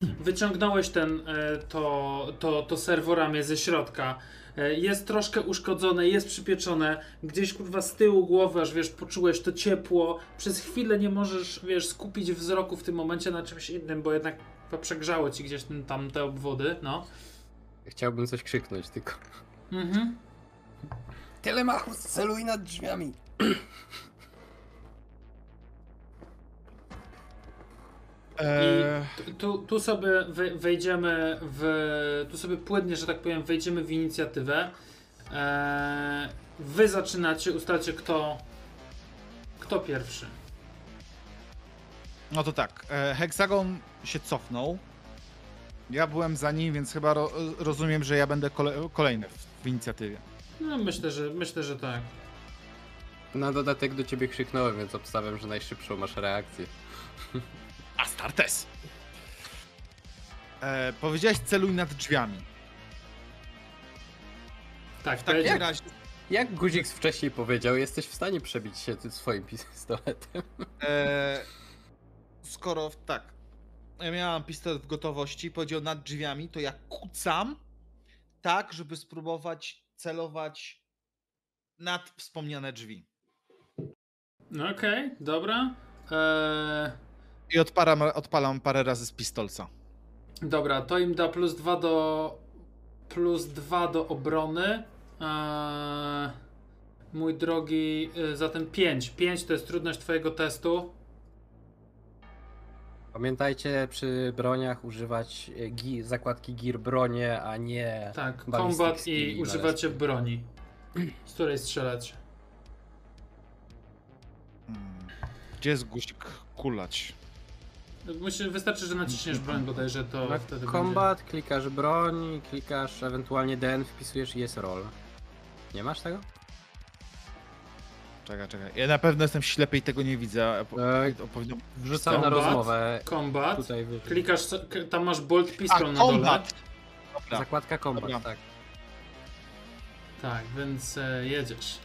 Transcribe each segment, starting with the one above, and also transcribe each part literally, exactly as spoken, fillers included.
Wyciągnąłeś ten, to, to, to serworamię ze środka. Jest troszkę uszkodzone, jest przypieczone. Gdzieś kurwa z tyłu głowy, aż wiesz, poczułeś to ciepło. Przez chwilę nie możesz, wiesz, skupić wzroku w tym momencie na czymś innym, bo jednak przegrzało ci gdzieś ten, tam te obwody, no. Chciałbym coś krzyknąć tylko. Mhm. Telemachus, celuj nad drzwiami. I tu, tu sobie wejdziemy w... Tu sobie płynnie, że tak powiem, wejdziemy w inicjatywę. Eee, wy zaczynacie, ustalcie kto... Kto pierwszy. No to tak, e, Heksagon się cofnął. Ja byłem za nim, więc chyba ro, rozumiem, że ja będę kole, kolejny w, w inicjatywie. No myślę, że myślę, że tak. Na dodatek do ciebie krzyknąłem, więc obstawiam, że najszybszą masz reakcję. Astartes! E, powiedziałeś celuj nad drzwiami. Tak, W takim jak? razie... Jak Guzik wcześniej powiedział, jesteś w stanie przebić się swoim pistoletem. E, skoro tak, ja miałam pistolet w gotowości, powiedział nad drzwiami, to ja kucam tak, żeby spróbować celować nad wspomniane drzwi. No okej, okay, dobra. Eee... I odpalam, odpalam parę razy z pistolca. Dobra, to im da plus dwa do... plus dwa do obrony. Eee... Mój drogi, zatem pięć. pięć to jest trudność twojego testu. Pamiętajcie przy broniach używać gi zakładki Gear bronie, a nie tak, combat i używacie broni, z której strzelać. Hmm. Gdzie jest guzik kulać? Musi, wystarczy, że naciśniesz broń bodajże, to na wtedy combat, będzie. klikasz broń, klikasz ewentualnie D N, wpisujesz i jest roll. Nie masz tego? Czekaj, czekaj. Ja na pewno jestem ślepy i tego nie widzę. Eee, Powinno... Wrzucam combat, na rozmowę. Combat, Tutaj klikasz, tam masz bolt pistol A, na dole. combat. Dobra. Zakładka combat, Dobra. tak. Tak, więc e, jedziesz.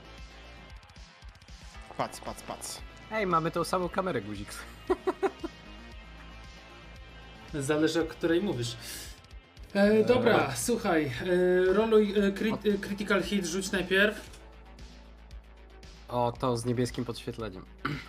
Pac, pac, pac. Ej, mamy tą samą kamerę, Guzik. Zależy, o której mówisz. E, dobra, e... słuchaj, e, roluj e, crit, e, critical hit, rzuć najpierw. O, to z niebieskim podświetleniem.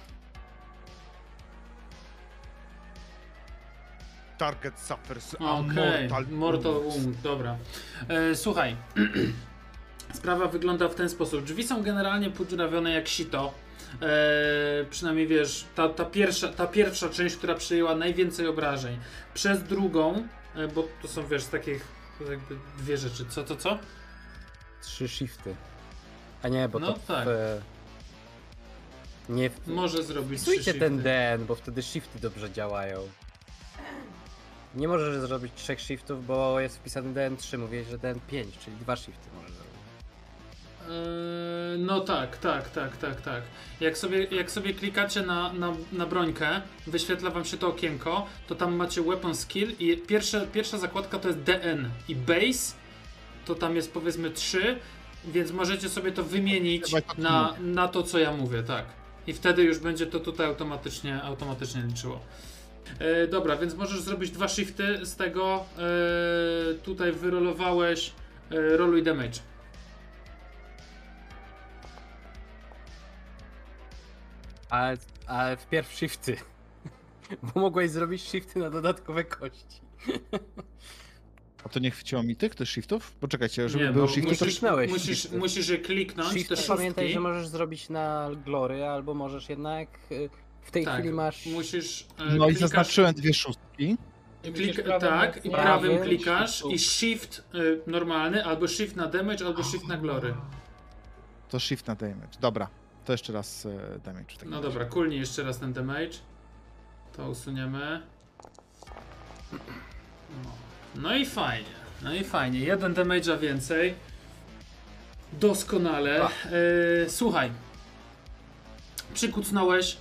Target suffers a okay. mortal, mortal wound. Dobra. E, słuchaj, sprawa wygląda w ten sposób. Drzwi są generalnie podziurawione jak sito. E, przynajmniej wiesz, ta, ta, pierwsza, ta pierwsza część, która przyjęła najwięcej obrażeń. Przez drugą, e, bo to są wiesz, takich jakby dwie rzeczy. Co, co, co? Trzy shifty. A nie, bo no to tak. w, nie w... Może zrobić trzy Wpisujcie shifty. ten D N, bo wtedy shifty dobrze działają. Nie możesz zrobić trzech shiftów, bo jest wpisany D N trzy. Mówiłeś, że D N pięć, czyli dwa shifty możesz zrobić. Eee, no tak, tak, tak, tak, tak. Jak sobie, jak sobie klikacie na, na, na brońkę, wyświetla wam się to okienko, to tam macie weapon skill i pierwsze, pierwsza zakładka to jest D N i base, to tam jest powiedzmy trzy, więc możecie sobie to wymienić na, na to, co ja mówię, tak. I wtedy już będzie to tutaj automatycznie, automatycznie liczyło. E, dobra, więc możesz zrobić dwa shifty z tego. E, tutaj wyrolowałeś. E, roluj damage. Ale, ale wpierw shifty. Bo mogłeś zrobić shifty na dodatkowe kości. A to nie chwyciło mi tych, tych shiftów? Poczekajcie, żeby nie, był bo shift. musisz, kliknąłeś musisz, shifty. musisz je kliknąć. Shifty, te pamiętaj, szóstki. że możesz zrobić na glory, albo możesz jednak w tej tak, chwili masz... musisz, e, No klikasz, i zaznaczyłem dwie szóstki. Klik, prawym tak, i mocno. prawym Prawym klikasz shiftu. i shift y, normalny, albo shift na damage, albo shift na glory. To shift na damage. Dobra, to jeszcze raz e, damage. w takim No razie. dobra, kulnij jeszcze raz ten damage. To usuniemy. No, no i fajnie, no i fajnie. Jeden damage'a więcej. Doskonale. Y, słuchaj. Przykucnąłeś.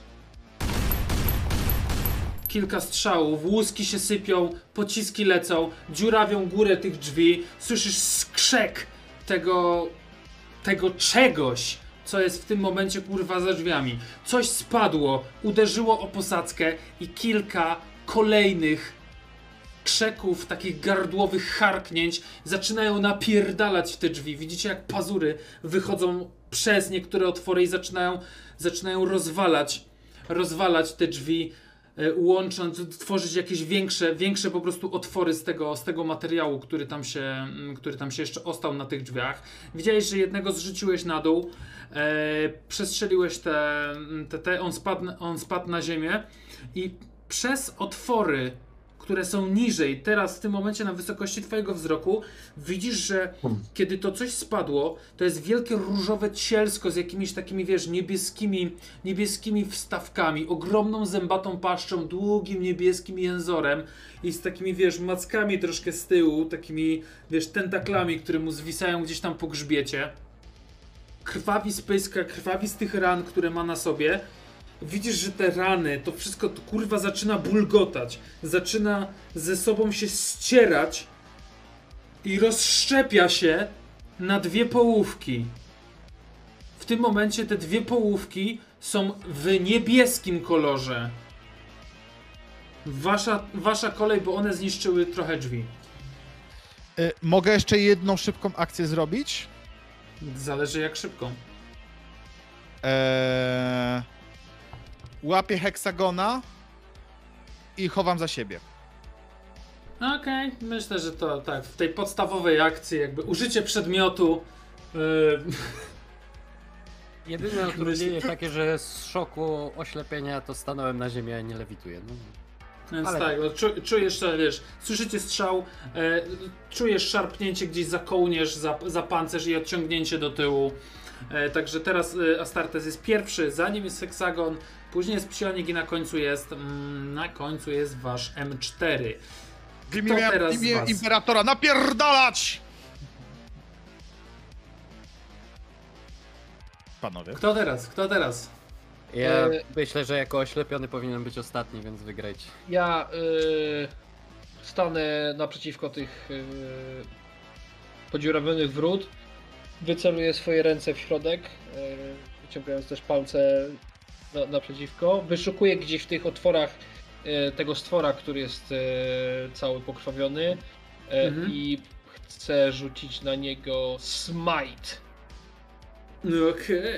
Kilka strzałów, łuski się sypią, pociski lecą, dziurawią górę tych drzwi. Słyszysz skrzek tego, tego czegoś, co jest w tym momencie kurwa za drzwiami. Coś spadło, uderzyło o posadzkę i kilka kolejnych krzeków, takich gardłowych harknięć, zaczynają napierdalać w te drzwi. Widzicie, jak pazury wychodzą przez niektóre otwory i zaczynają, zaczynają rozwalać, rozwalać te drzwi, e, łącząc, tworzyć jakieś większe, większe po prostu otwory z tego, z tego materiału, który tam się, mm, który tam się jeszcze ostał na tych drzwiach. Widziałeś, że jednego zrzuciłeś na dół, e, przestrzeliłeś te, te, te on, spadł, on spadł na ziemię i przez otwory, które są niżej, teraz w tym momencie na wysokości twojego wzroku, widzisz, że kiedy to coś spadło, to jest wielkie różowe cielsko z jakimiś takimi, wiesz, niebieskimi, niebieskimi wstawkami, ogromną zębatą paszczą, długim niebieskim jęzorem i z takimi, wiesz, mackami troszkę z tyłu, takimi, wiesz, tentaklami, które mu zwisają gdzieś tam po grzbiecie. Krwawi z pyska, krwawi z tych ran, które ma na sobie. Widzisz, że te rany, to wszystko to kurwa zaczyna bulgotać, zaczyna ze sobą się ścierać i rozszczepia się na dwie połówki. W tym momencie te dwie połówki są w niebieskim kolorze. Wasza, wasza kolej, bo one zniszczyły trochę drzwi. Y, mogę jeszcze jedną szybką akcję zrobić? Zależy jak szybko. Eee, łapię heksagona i chowam za siebie. Okej, okay. Myślę, że to tak, w tej podstawowej akcji jakby użycie przedmiotu yy, Jedyne utrudnienie jest takie, że z szoku oślepienia to stanąłem na ziemię, a nie lewituję. No. Więc Ale- tak, no, czu, czujesz, że wiesz, słyszycie strzał, e, czujesz szarpnięcie gdzieś za kołnierz, za, za pancerz i odciągnięcie do tyłu. E, także teraz e, Astartes jest pierwszy, za nim jest heksagon, później jest psionik i na końcu jest, mm, na końcu jest wasz M cztery. W imię, teraz w imię z was? imperatora napierdalać! Panowie. Kto teraz? Kto teraz? Ja E- myślę, że jako oślepiony powinien być ostatni, więc wygrajcie. Ja y, stanę naprzeciwko tych y, podziurawionych wrót, wyceluję swoje ręce w środek, y, wyciągając też palce na, naprzeciwko, wyszukuję gdzieś w tych otworach y, tego stwora, który jest y, cały pokrwawiony y, Mhm. i chcę rzucić na niego smite. Okej.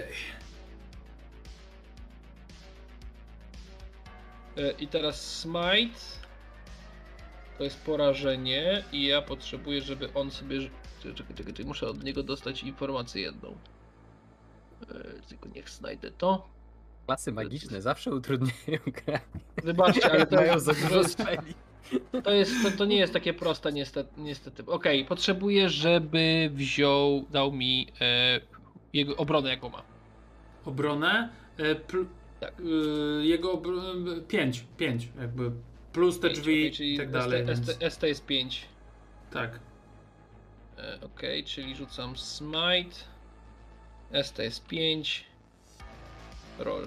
E, I teraz smite to jest porażenie i ja potrzebuję, żeby on sobie... rzu- Czekaj, czekaj, czekaj, czekaj, muszę od niego dostać informację jedną. E, Tylko niech znajdę to. Klasy magiczne zawsze utrudniają grę. Wybaczcie, ale to, Mają jest, za to, dużo jest, speli. to, jest, to, to nie jest takie proste niestety. niestety. Okej, potrzebuję, żeby wziął, dał mi e, jego obronę jaką ma. Obronę, e, pl, Tak. y, jego obro- pięć, pięć jakby, plus te Pięć, drzwi okej, czyli i tak dalej, S T, więc S T, S T jest pięć. tak. E, Okej, czyli rzucam smite. S T jest pięć. Roll.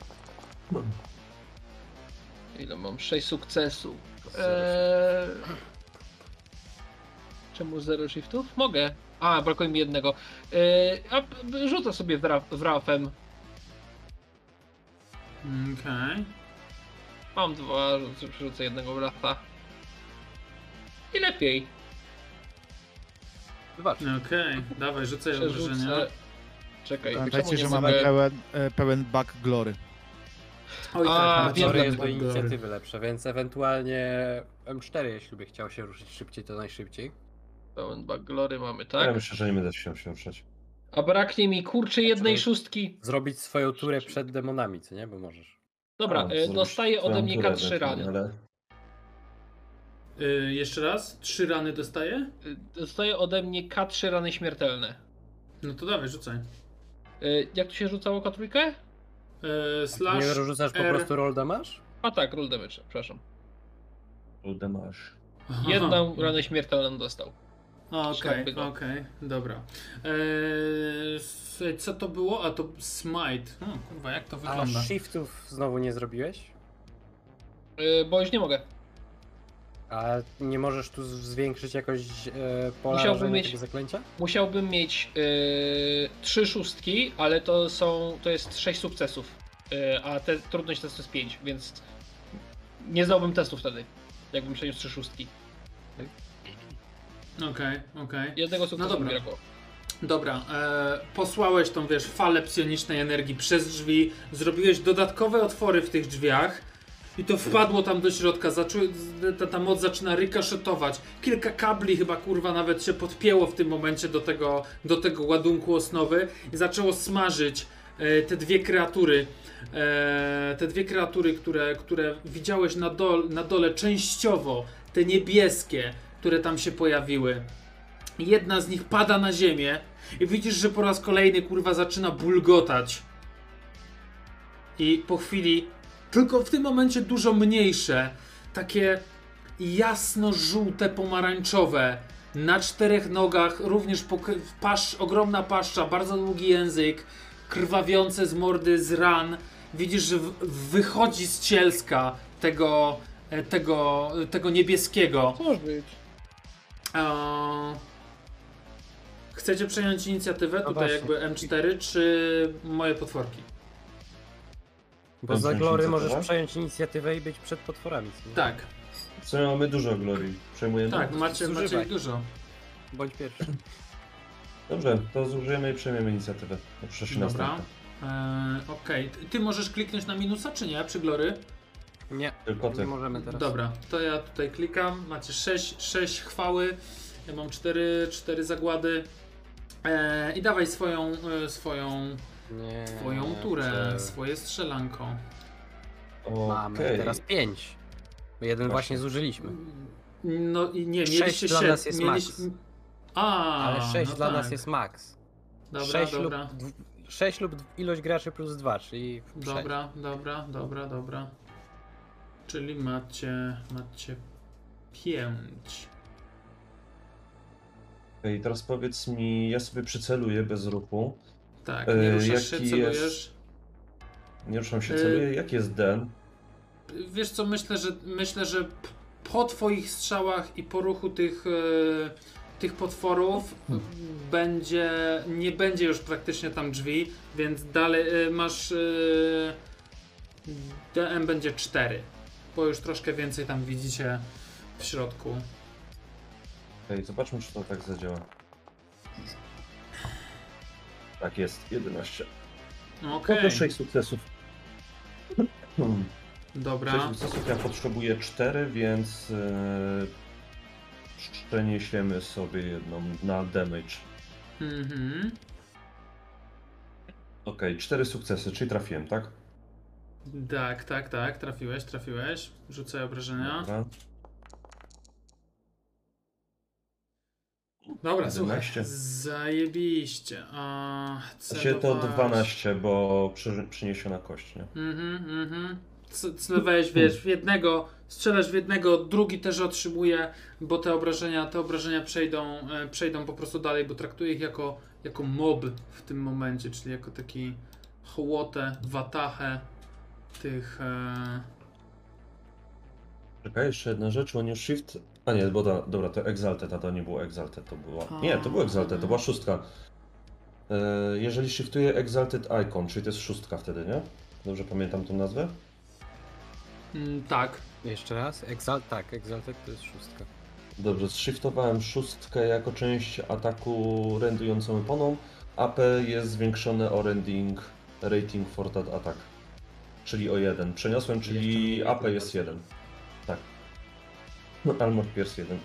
Ile mam? sześć sukcesów. Eee... Czemu zero shiftów? Mogę. A, brakuje mi jednego. Eee, a p- rzucę sobie wra- wrafem. Okej. Mam dwa, rzucę- przerzucę jednego wrafa. I lepiej. Wybacz. Okej, dawaj, rzucaj obrażenia. Przerzucę. Czekaj, czemu Pamiętajcie, nie że mogę... mamy pełen, e, pełen bug glory. Oj, A, tak, wiem, macie Tory wiem, jest do tak, dobra. inicjatywy lepsze, więc ewentualnie M cztery, jeśli by chciał się ruszyć szybciej, to najszybciej. Pełen bug glory mamy, Ja tak? myślę, że nie będę się się ruszać. A braknie mi kurczę jednej Znaczy- szóstki. Zrobić swoją turę przed demonami, co nie? Bo możesz. Dobra, A, e, zrobić dostaje ode swoją mnie turę K trzy rany. ewentualnie, Ale Y, jeszcze raz, trzy rany dostaję? Y, Dostaje ode mnie K trzy rany śmiertelne. No to dawaj, rzucaj. Y, Jak tu się rzucało K trzy? Y, slash Nie rzucasz po R. prostu roll damage? A tak, roll damage, przepraszam. rudę masz. Aha. Jedną ranę śmiertelną dostał. Okej, Szarpy go. okej, dobra. Eee, s- co to było? A to smite. Hmm, kurwa, jak to A wygląda? shiftów znowu nie zrobiłeś? Y, Bo już nie mogę. A nie możesz tu z- zwiększyć jakoś e, pola Musiałbym rażenia mieć- tego zaklęcia? Musiałbym mieć y, trzy szóstki, ale to są, to jest sześć sukcesów. Y, a te, trudność testu jest pięć, więc nie zdałbym testu wtedy. Jakbym przeniósł trzy szóstki. Okej, okej. Jednego sukcesu dobra. mi brakło. Dobra, e, posłałeś tą, wiesz, falę psionicznej energii przez drzwi, zrobiłeś dodatkowe otwory w tych drzwiach i to wpadło tam do środka, zaczą, ta, ta moc zaczyna rykaszetować. Kilka kabli chyba, kurwa, nawet się podpięło w tym momencie do tego, do tego ładunku osnowy i zaczęło smażyć e, te dwie kreatury. E, te dwie kreatury, które, które widziałeś na, dol, na dole częściowo, te niebieskie, które tam się pojawiły. Jedna z nich pada na ziemię i widzisz, że po raz kolejny, kurwa, zaczyna bulgotać. I po chwili, tylko w tym momencie dużo mniejsze, takie jasno-żółte, pomarańczowe, na czterech nogach, również pok- pasz, ogromna paszcza, bardzo długi język, krwawiące z mordy, z ran. Widzisz, że w- wychodzi z cielska tego, e, tego, tego niebieskiego. Co może być? Eee, Chcecie przejąć inicjatywę No tutaj właśnie. jakby M cztery, czy moje potworki? Bo Mam za wziąć glory inicjatywę? możesz przejąć inicjatywę i być przed potworami. co nie? Tak, Co mamy dużo glorii. Przejmujemy? tak, macie, macie zużywaj. ich dużo. Bądź pierwszy. Dobrze, to zużyjemy i przejmiemy inicjatywę. No, przecież Dobra. następna. Eee, Okej, Ty- ty możesz kliknąć na minusa, czy nie, przy glory? Nie, Tylko ty. nie możemy teraz. Dobra, to ja tutaj klikam, macie sześć, sześć chwały, ja mam cztery, cztery zagłady. Eee, I dawaj swoją, e, swoją, Nie. swoją turę, czy- swoje strzelanko. Mamy Okej. teraz pięć. Bo jeden właśnie, Właśnie. zużyliśmy. No i nie, Sześć mieliście dla się, nas jest mieliś... max. A, Ale sześć no dla tak. nas jest max. Dobra, sześć dobra. lub, dw- sześć lub ilość graczy plus dwa, czyli sześć. Dobra, dobra, dobra, dobra. Czyli macie, macie pięć. Okej, teraz powiedz mi, ja sobie przyceluję bez ruchu. Tak, E, nie ruszasz się, jaki celujesz. jest- Nie ruszam się, Y- celuję. Jaki jest den? Wiesz co, myślę, że myślę, że p- po twoich strzałach i po ruchu tych, e, tych potworów będzie, nie będzie już praktycznie tam drzwi, więc dalej e, masz e, D M będzie cztery, bo już troszkę więcej tam widzicie w środku. Okej, zobaczmy, czy to tak zadziała. Tak jest, jedenaście. No Okej, to sześć sukcesów. Hmm. dobra. sześć sukcesów, ja potrzebuję cztery, więc yy, przeniesiemy sobie jedną na damage. Mhm. Okej, cztery sukcesy, czyli trafiłem, tak? Tak, tak, tak, trafiłeś, trafiłeś. Rzucaj obrażenia. Dobra. Dobra, słuchaj. jedenaście. Zajebiście. A, To się to celowałeś. dwanaście, bo przy, przyniesiona kość, nie? Mhm, mhm. C- Celowałeś, wiesz, w jednego, strzelasz w jednego, drugi też otrzymuje, bo te obrażenia, te obrażenia przejdą, e, przejdą po prostu dalej, bo traktuję ich jako, jako mob w tym momencie, czyli jako taki hołotę, watachę tych... E... Czekaj, jeszcze jedna rzecz, on już shift... A nie, bo da, dobra, to Exalted, a to nie było Exalted, to była... Nie, to był Exalted, to była szóstka. E, jeżeli shiftuję Exalted Icon, czyli to jest szóstka wtedy, nie? Dobrze pamiętam tą nazwę? Mm, tak. Jeszcze raz? Exalt, tak, Exalted to jest szóstka. Dobrze, zshiftowałem szóstkę jako część ataku rendującą weaponą. A P jest zwiększone o rending rating for that attack. Czyli o jeden. Przeniosłem, Jeszcze czyli mniej A P jeden jest bardziej. jeden. Tak. No, Armor Pierce jeden.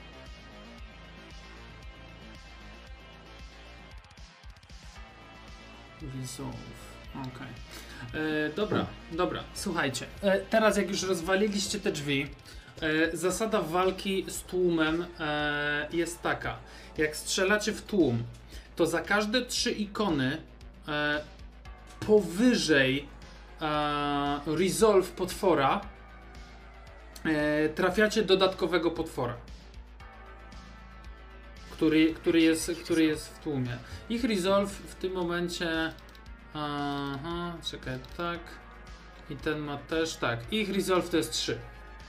Resolve. Okej. E, Dobra, dobra. Słuchajcie. E, teraz jak już rozwaliliście te drzwi, e, zasada walki z tłumem e, jest taka. Jak strzelacie w tłum, to za każde trzy ikony e, powyżej e, resolve potwora e, trafiacie dodatkowego potwora. Który, który, jest, który jest w tłumie. Ich resolve w tym momencie. Aha, czekaj, tak. I ten ma też, tak. Ich resolve to jest trzy.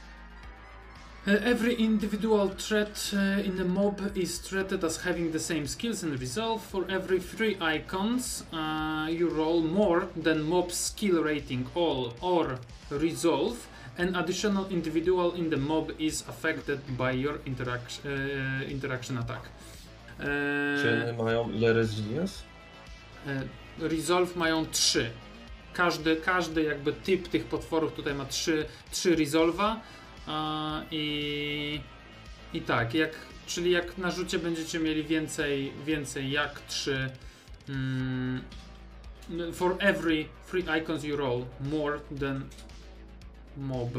Every individual threat uh, in the mob is treated as having the same skills and resolve. For every three icons, uh, you roll more than mob skill rating all or resolve. An additional individual in the mob is affected by your interaction, uh, interaction attack. Uh, Czy one mają ile resilience? uh, resolve mają trzy. Każdy, każdy jakby typ tych potworów tutaj ma trzy, trzy resolve'a uh, i, i tak, jak, czyli jak na rzucie będziecie mieli więcej, więcej jak trzy um, for every three icons you roll more than mob.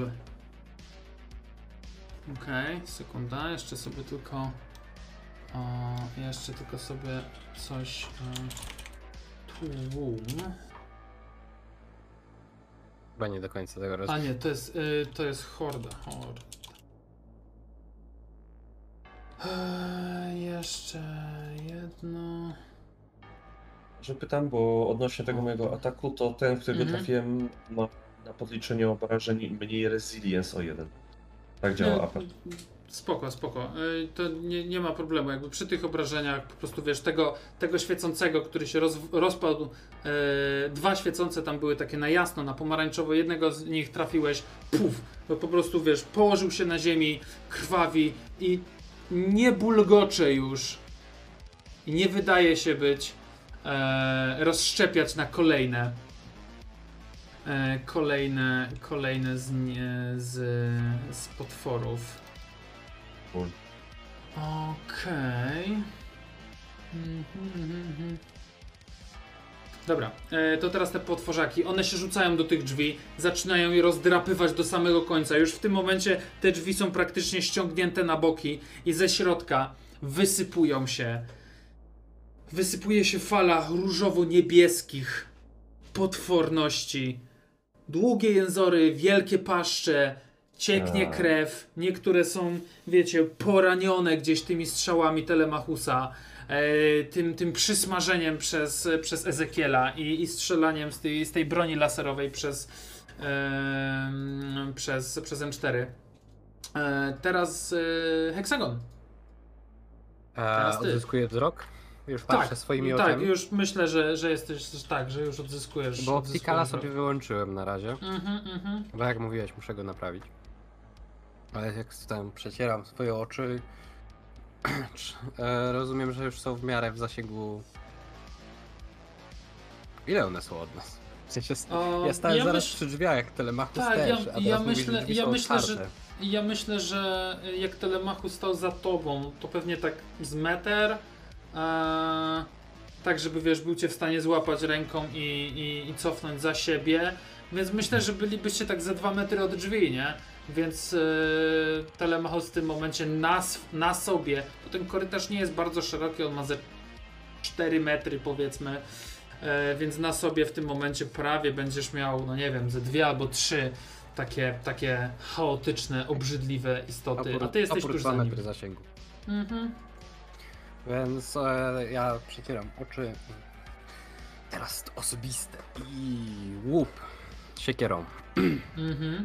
Okej, okay, sekunda, jeszcze sobie tylko o, jeszcze tylko sobie coś e, tłum. Chyba nie do końca tego A rozumiem. nie, to jest y, to jest horda, horda. Eee, jeszcze jedno. Że pytam, bo odnośnie tego mojego ataku, to ten, którego Mhm. trafiłem, ma na podliczeniu obrażeń mniej resilience o jeden. Tak działa Nie, atak. Spoko, spoko. Y, To nie, nie ma problemu. Jakby przy tych obrażeniach po prostu wiesz, tego, tego świecącego, który się roz, rozpadł, y, dwa świecące tam były takie na jasno, na pomarańczowo, jednego z nich trafiłeś, puf, to po prostu wiesz, położył się na ziemi, krwawi i nie bulgocze już i nie wydaje się być e, rozszczepiać na kolejne e, kolejne kolejne z, nie, z, z potworów. Cool. Okej. Mhm, mhm, mhm. Dobra, e, to teraz te potworzaki, one się rzucają do tych drzwi, zaczynają je rozdrapywać do samego końca. Już w tym momencie te drzwi są praktycznie ściągnięte na boki i ze środka wysypują się, wysypuje się fala różowo-niebieskich potworności. Długie jęzory, wielkie paszcze, cieknie A. krew, niektóre są, wiecie, poranione gdzieś tymi strzałami Telemachusa. E, tym, tym przysmażeniem przez, przez Ezekiela i, i strzelaniem z tej, z tej broni laserowej przez, e, przez, przez M cztery. E, teraz e, Heksagon. A teraz ty. odzyskuję wzrok? Już patrzę Tak, swoimi tak, oczami. już myślę, że, że jesteś że tak, że już odzyskujesz. Bo odzyskujesz optikala wzrok. sobie wyłączyłem na razie. Mhm, mhm. Bo jak mówiłeś, muszę go naprawić. Ale jak tam przecieram swoje oczy, e, rozumiem, że już są w miarę w zasięgu. Ile one są od nas? W sensie, O, ja stałem ja zaraz myśl- przy drzwiach, jak Telemachus Tak, też, ja- a teraz ja mówisz, myślę- że drzwi ja są myślę, że- otwarte. Ja myślę, że jak Telemachu stał za tobą, to pewnie tak z meter, e, tak żeby wiesz, był cię w stanie złapać ręką i, i, i cofnąć za siebie, więc myślę, że bylibyście tak ze dwa metry od drzwi, nie? Więc e, Telemachus w tym momencie na, sw- na sobie, to ten korytarz nie jest bardzo szeroki, on ma ze cztery metry powiedzmy, e, więc na sobie w tym momencie prawie będziesz miał, no nie wiem, ze dwie albo trzy takie, takie chaotyczne, obrzydliwe istoty, a ty jesteś oprócz tuż dwa za nim. metry zasięgu. Mhm. Więc e, ja przecieram oczy. Teraz to osobiste. I łup. Siekierą. Mhm.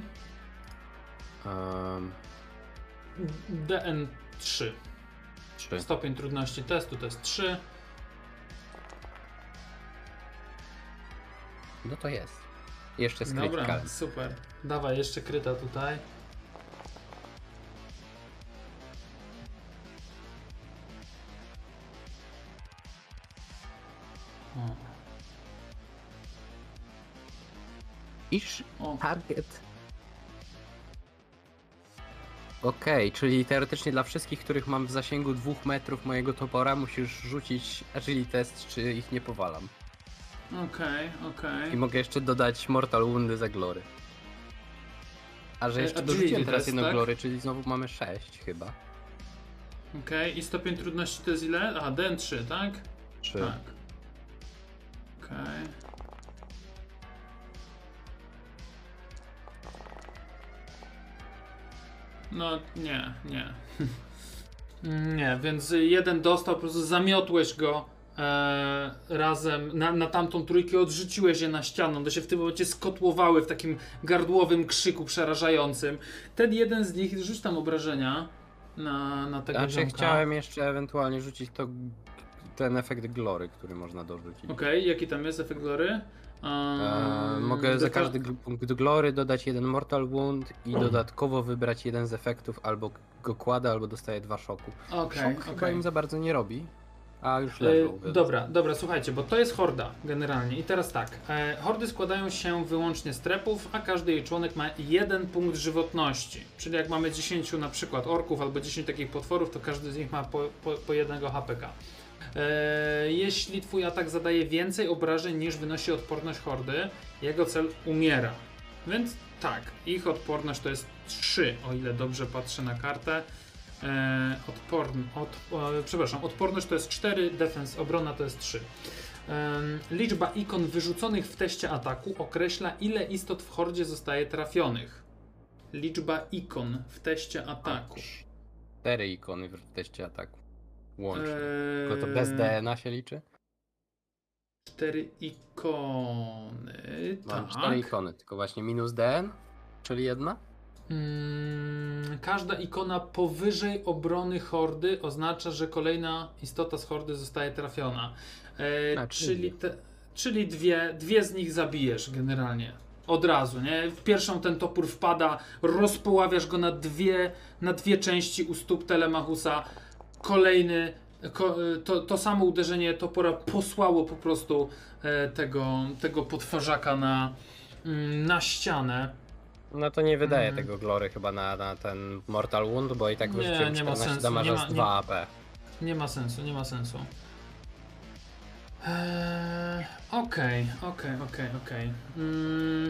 Um, D N trzy. trzy. Stopień trudności testu to jest trzy. No to jest. Jeszcze z Dobra, krytykalem. super. Dawaj, jeszcze kryta tutaj. O. Iż O. target. Okej, czyli teoretycznie dla wszystkich, których mam w zasięgu dwóch metrów mojego topora, musisz rzucić agility test, czy ich nie powalam. Okej, okej. I mogę jeszcze dodać Mortal Woundy za glory. A że E, jeszcze agility dorzuciłem teraz test, jedno tak? glory, czyli znowu mamy sześć chyba. Okej, i stopień trudności to jest ile? Aha, D N trzy, tak? Czy... Tak. Okej. No nie, nie. Nie, więc jeden dostał, po prostu zamiotłeś go e, razem na, na tamtą trójkę, odrzuciłeś je na ścianę, one się w tym momencie skotłowały w takim gardłowym krzyku przerażającym. Ten jeden z nich, rzuć tam obrażenia na, na tego Znaczy ziomka. chciałem jeszcze ewentualnie rzucić to ten efekt glory, który można dorzucić. Okej, jaki tam jest efekt glory? Eee, mogę za każdy gl- punkt glory dodać jeden mortal wound i dodatkowo wybrać jeden z efektów, albo go kładę, albo dostaję dwa szoku. Okej, Szok chyba okej. im za bardzo nie robi, a już E, leżą. dobra, dobra, słuchajcie, bo to jest horda generalnie. I teraz tak, e, hordy składają się wyłącznie z trepów, a każdy jej członek ma jeden punkt żywotności. Czyli jak mamy dziesięć na przykład orków albo dziesięć takich potworów, to każdy z nich ma po, po, po jednego H P K. E, jeśli twój atak zadaje więcej obrażeń niż wynosi odporność hordy, jego cel umiera. Więc tak, ich odporność to jest trzy, o ile dobrze patrzę na kartę. E, odporn, od, e, przepraszam, odporność to jest cztery, defense, obrona to jest trzy. E, liczba ikon wyrzuconych w teście ataku określa, ile istot w hordzie zostaje trafionych. Liczba ikon w teście ataku. Cztery ikony w teście ataku. Łącznie. Eee, Tylko to bez D N A się liczy? Cztery ikony. Mam tak. cztery ikony, tylko właśnie minus D N, czyli jedna? Mm, każda ikona powyżej obrony hordy oznacza, że kolejna istota z hordy zostaje trafiona. E, A, czyli czyli- te, czyli dwie, dwie z nich zabijesz generalnie. Od razu, nie? W pierwszą ten topór wpada, rozpoławiasz go na dwie, na dwie części u stóp Telemachusa. Kolejny, ko, to, to samo uderzenie topora posłało po prostu e, tego, tego potwarzaka na, mm, na ścianę. No to nie wydaje Mhm. tego glory chyba na, na ten mortal wound, bo i tak Nie, wyrzuciłem nie ma czternaście sensu, damage'a nie ma- z nie- dwa A P. Nie ma sensu, nie ma sensu. Eee, Okej, okej, okej, okej. Mm.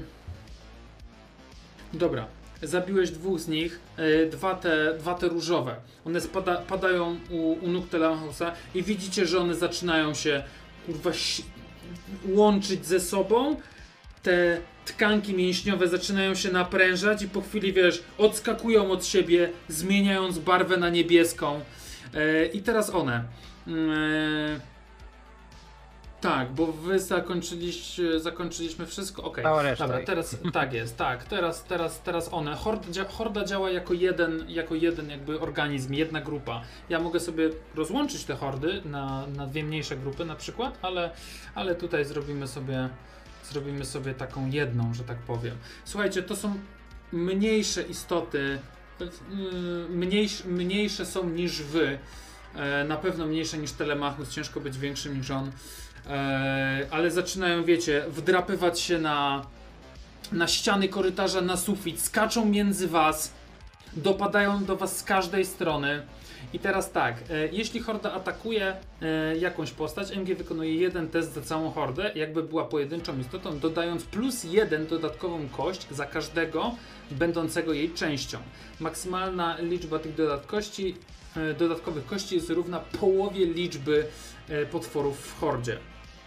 Dobra, zabiłeś dwóch z nich, e, dwa, te, dwa te różowe. One spada, padają u, u nóg Telemachusa i widzicie, że one zaczynają się kurwa si- łączyć ze sobą. Te tkanki mięśniowe zaczynają się naprężać i po chwili, wiesz, odskakują od siebie, zmieniając barwę na niebieską. E, I teraz one. E, tak, bo wy zakończyliście, zakończyliśmy wszystko. Okej, Cała reszta dobra, ich. teraz tak jest, tak, teraz, teraz, teraz one. Horda, dzia, horda działa jako jeden, jako jeden jakby organizm, jedna grupa. Ja mogę sobie rozłączyć te hordy na, na dwie mniejsze grupy na przykład, ale, ale tutaj zrobimy sobie, zrobimy sobie taką jedną, że tak powiem. Słuchajcie, to są mniejsze istoty, yy, mniejsze, mniejsze są niż wy. E, na pewno mniejsze niż Telemachus, ciężko być większym niż on. E, ale zaczynają, wiecie, wdrapywać się na, na ściany korytarza, na sufit, skaczą między was, dopadają do was z każdej strony. I teraz tak, e, jeśli horda atakuje e, jakąś postać, M G wykonuje jeden test za całą hordę, jakby była pojedynczą istotą, dodając plus jeden dodatkową kość za każdego będącego jej częścią. Maksymalna liczba tych dodatkości, e, dodatkowych kości jest równa połowie liczby e, potworów w hordzie.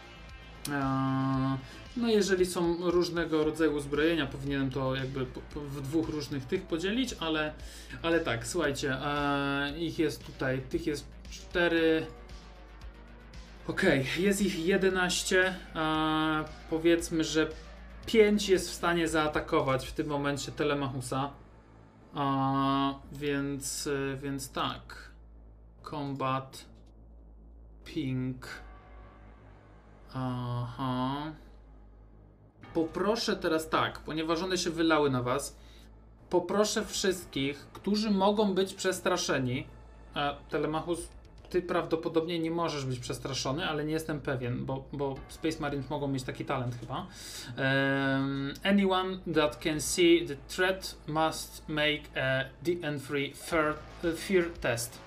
E, no jeżeli są różnego rodzaju uzbrojenia, powinienem to jakby po, po, w dwóch różnych tych podzielić, ale, ale tak, słuchajcie, e, ich jest tutaj, tych jest cztery. Okej, okay, jest ich jedenaście. E, powiedzmy, że pięć jest w stanie zaatakować w tym momencie Telemachusa. E, więc, e, więc tak. Combat. Ping. Aha. Poproszę teraz tak, ponieważ one się wylały na was. Poproszę wszystkich, którzy mogą być przestraszeni. A Telemachus, ty prawdopodobnie nie możesz być przestraszony, ale nie jestem pewien, bo, bo Space Marines mogą mieć taki talent chyba. Um, anyone that can see the threat must make a D N three fear, fear test.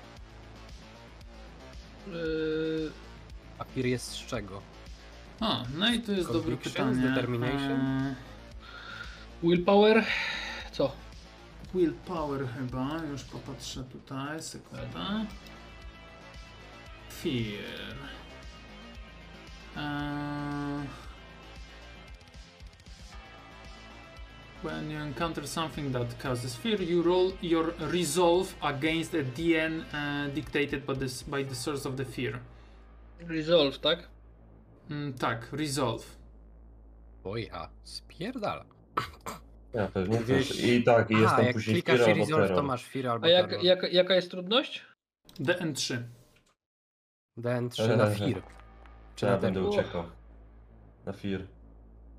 Yy, A Fear jest z czego? A, no i to jest dobre Conviction, pytanie. Determination? Eee, willpower? Co? Willpower chyba, już popatrzę tutaj, sekunda. Fear. Eee, when you encounter something that causes fear, you roll your resolve against a D N uh, dictated by, this, by the source of the fear. Resolve, tak? Mm, tak, resolve. Oja, spierdala. Ja pewnie Gdzieś- też. I tak, i A, jest tam jak później klikasz Fear i albo Resolve, to Terror. masz Fear albo A jak, Terror. jak, jaka jest trudność? D N trzy. D N trzy na Eee, Fear. Czy Ja na będę Terror? uciekał. Na Fear.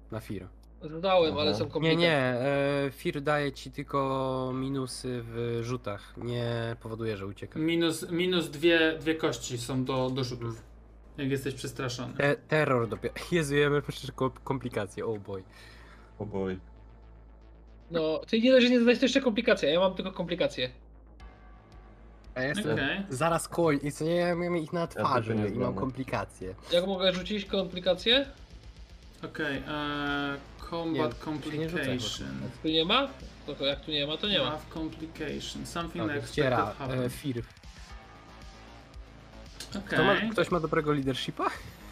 na Fir. Zadałem, ale Aha. są Nie, komplikacje. nie, e, Fir daje ci tylko minusy w rzutach, nie powoduje, że uciekasz. Minus, minus dwie, dwie kości są do, do rzutów. Jak jesteś przestraszony. Te, terror dopiero. Jezu, ja mam przecież ko- komplikacje, oh boy. O boj. No, ty nie dość, że nie zadałeś, to jeszcze komplikacje, ja mam tylko komplikacje. A ja jestem Okej. zaraz koń i co nie, ja mam ich na twarzy tylko nie i mam znam. komplikacje. Jak mogę rzucić komplikacje? Okej, okay, Combat Nie, nie rzucaj, Complication. Tu nie ma? To jak tu nie ma, to nie ma. Have Complication. Something Okay, expected ściera, happen. e, Fir. Okej. Kto ma, ktoś ma dobrego leadershipa?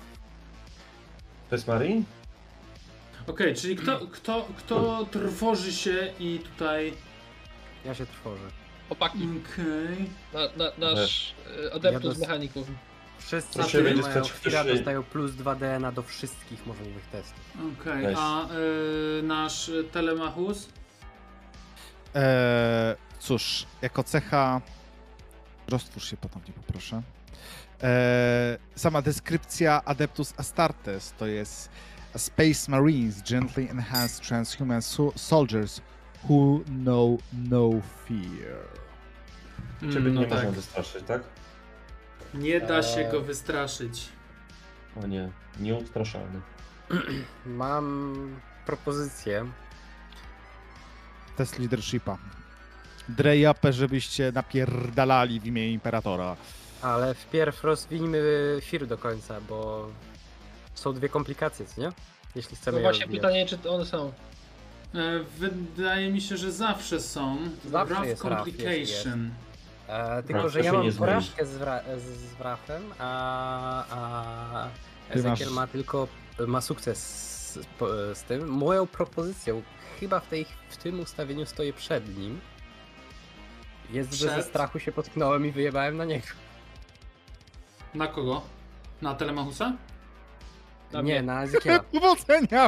To jest Marin? Okej, czyli kto, kto, kto trwoży się i tutaj... Ja się trwożę. Chłopaki, Okej. na, na, nasz e, adeptus Ja dos- mechaników. Wszyscy, Proszę, którzy będzie mają stać Fira, wcześniej. dostają plus dwa D na do wszystkich możliwych testów. Okej, Weź. a y, nasz y, Telemachus? Eee, cóż, jako cecha... Roztwórz się ponownie, poproszę. Eee, sama deskrypcja Adeptus Astartes to jest Space Marines, gently enhanced transhuman so soldiers who know no fear. Ciebie Mm, no nie tak. można wystraszyć, tak? Nie da się Eee. go wystraszyć. O nie, nieustraszalny. Mam propozycję. Test leadershipa. Drejapę, żebyście napierdalali w imię Imperatora. Ale wpierw rozwijmy Fir do końca, bo są dwie komplikacje, co nie? Jeśli chcemy No je właśnie rozwijać. pytanie, czy one są. E, wydaje mi się, że zawsze są. Zawsze Rough jest rough, Complication. E, tylko, Tak, że to ja się mam nie zmieni. porażkę z, wra- z, z Wrachem, a, a Ty masz- Ezekiel ma tylko ma sukces z, po- z tym. Moją propozycją, chyba w, tej, w tym ustawieniu stoję przed nim, jest, że ze Przed? strachu się potknąłem i wyjebałem na niego. Na kogo? Na Telemachusa? Na Nie, mnie. na Ezekiela. Powodzenia!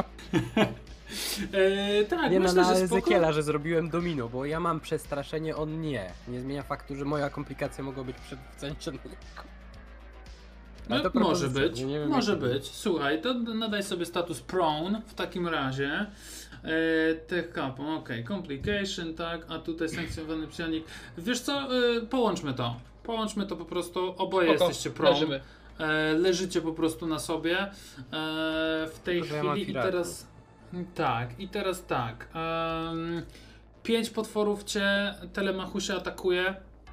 E, tak, Nie, no, myślę, na że spoko. Ezekiela, że zrobiłem domino, bo ja mam przestraszenie, on nie. Nie zmienia faktu, że moja komplikacja mogła być przed na niego. Ale No, to może propozycja, być, nie- nie wiem, może jak to być. Słuchaj, to nadaj sobie status prone w takim razie. E, Tech Cap, okej, complication, tak, a tutaj sankcjonowany psionik. Wiesz co, e, połączmy to. Połączmy to po prostu, oboje Spoko, jesteście prone. leżymy. E, leżycie po prostu na sobie. E, w tej Tylko, że ja mam chwili i filarki. teraz... Tak, i teraz tak. em, pięć potworów cię Telemachusie atakuje.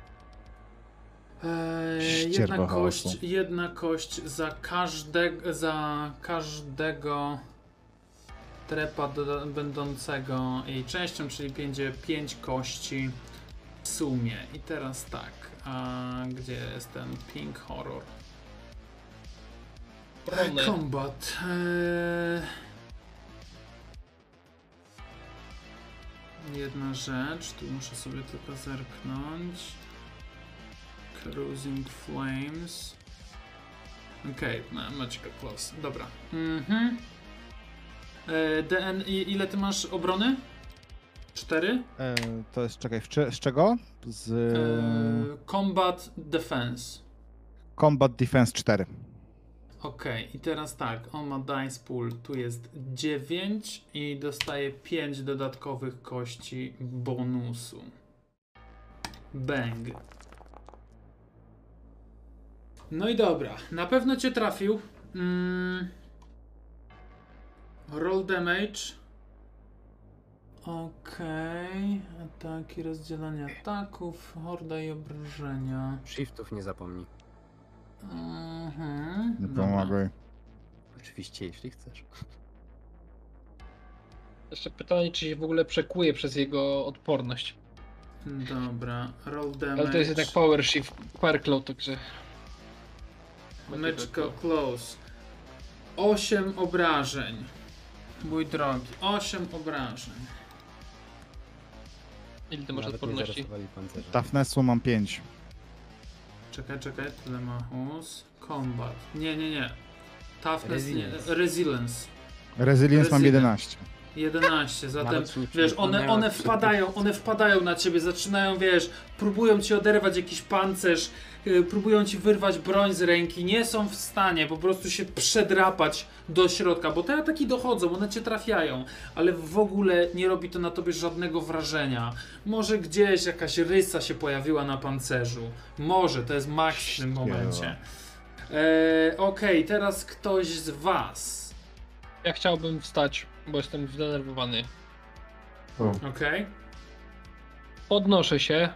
Eee, Ścierba jedna kość, chaosu. jedna kość za każdego, za każdego trepa do, będącego jej częścią, czyli będzie pięć kości w sumie. I teraz tak, a gdzie jest ten Pink Horror? Prony. Combat. Eee... Jedna rzecz, tu muszę sobie tylko zerknąć. Cruising Flames. Okej, okay, Magical Close. Dobra. Mhm. E, D N, i- ile ty masz obrony? Cztery? Eee, to jest, czekaj, w cze- z czego? Z E, combat Defense. Combat Defense cztery. Okej, i teraz tak, on ma dice pool, tu jest dziewięć i dostaje pięć dodatkowych kości bonusu. Bang. No i dobra, na pewno cię trafił. Mm. Roll damage. Okej, ataki, rozdzielanie ataków, horda i obrażenia. Shiftów nie zapomnij. Mhm. Nie dobra. pomagaj. Oczywiście, jeśli chcesz. Jeszcze pytanie, czy się w ogóle przekuje przez jego odporność. Dobra, roll damage. Ale to jest jednak power shift, power cloud, także... Magical Close. osiem obrażeń. Mój drogi, osiem obrażeń. Ile ty masz Nawet nie odporności? zarysowali pancerza. Toughness'u mam pięć. Czekaj, czekaj, Telemachus. Combat. Nie, nie, nie. Toughness, nie. Resilience. Resilience. Resilience mam Resilient. jedenaście. jedenaście, zatem Nawet nie wiesz, one, przypomniałem, one że- wpadają, one wpadają na ciebie, zaczynają, wiesz, próbują ci oderwać jakiś pancerz, yy, próbują ci wyrwać broń z ręki, nie są w stanie po prostu się przedrapać do środka, bo te ataki dochodzą, one cię trafiają, ale w ogóle nie robi to na tobie żadnego wrażenia. Może gdzieś jakaś rysa się pojawiła na pancerzu, może, to jest maks w tym momencie. Eee, Okej, okay, teraz ktoś z was. Ja chciałbym wstać, bo jestem zdenerwowany. Okej. Okay. Podnoszę się.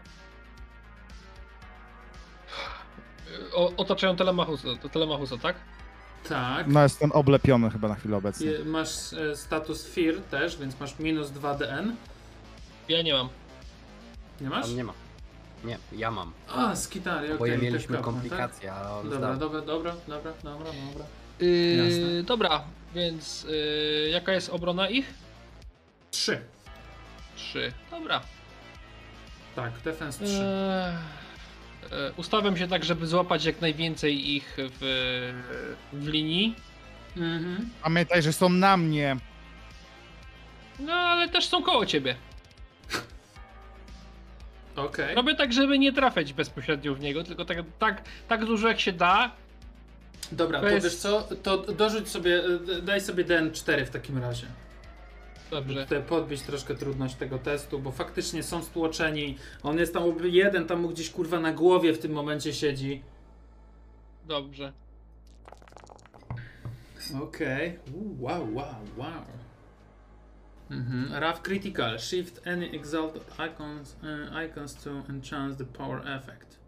O, otaczają Telemachusa, to Telemachusa, tak? Tak. No jest ten oblepiony chyba na chwilę obecną. Je, masz e, status Fear też, więc masz minus dwa D N. Ja nie mam. Nie masz? On nie ma. Nie, ja mam. A, skitary, okej. Oboje Okay, mieliśmy komplikacje, a on Dobra, zdał. dobra, dobra, dobra, dobra, dobra. Yy, Jasne. dobra, więc yy, jaka jest obrona ich? Trzy. Trzy. Dobra. Tak, defense trzy. Eee, e, ustawiam się tak, żeby złapać jak najwięcej ich w, w linii. Mhm. Pamiętaj, że są na mnie. No ale też są koło ciebie. Okej. Okay. Robię tak, żeby nie trafiać bezpośrednio w niego, tylko tak, tak, tak dużo jak się da. Dobra, To to jest- wiesz co, to dorzuć sobie, e, daj sobie D N cztery w takim razie. Dobrze. Tutaj podbić troszkę trudność tego testu, bo faktycznie są stłoczeni. On jest tam, jeden tam mu gdzieś kurwa na głowie w tym momencie siedzi. Dobrze. Okej. Okay. Wow, wow, wow. Mhm. Rough Critical. Shift any exalted icons, uh, icons to enhance the power effect.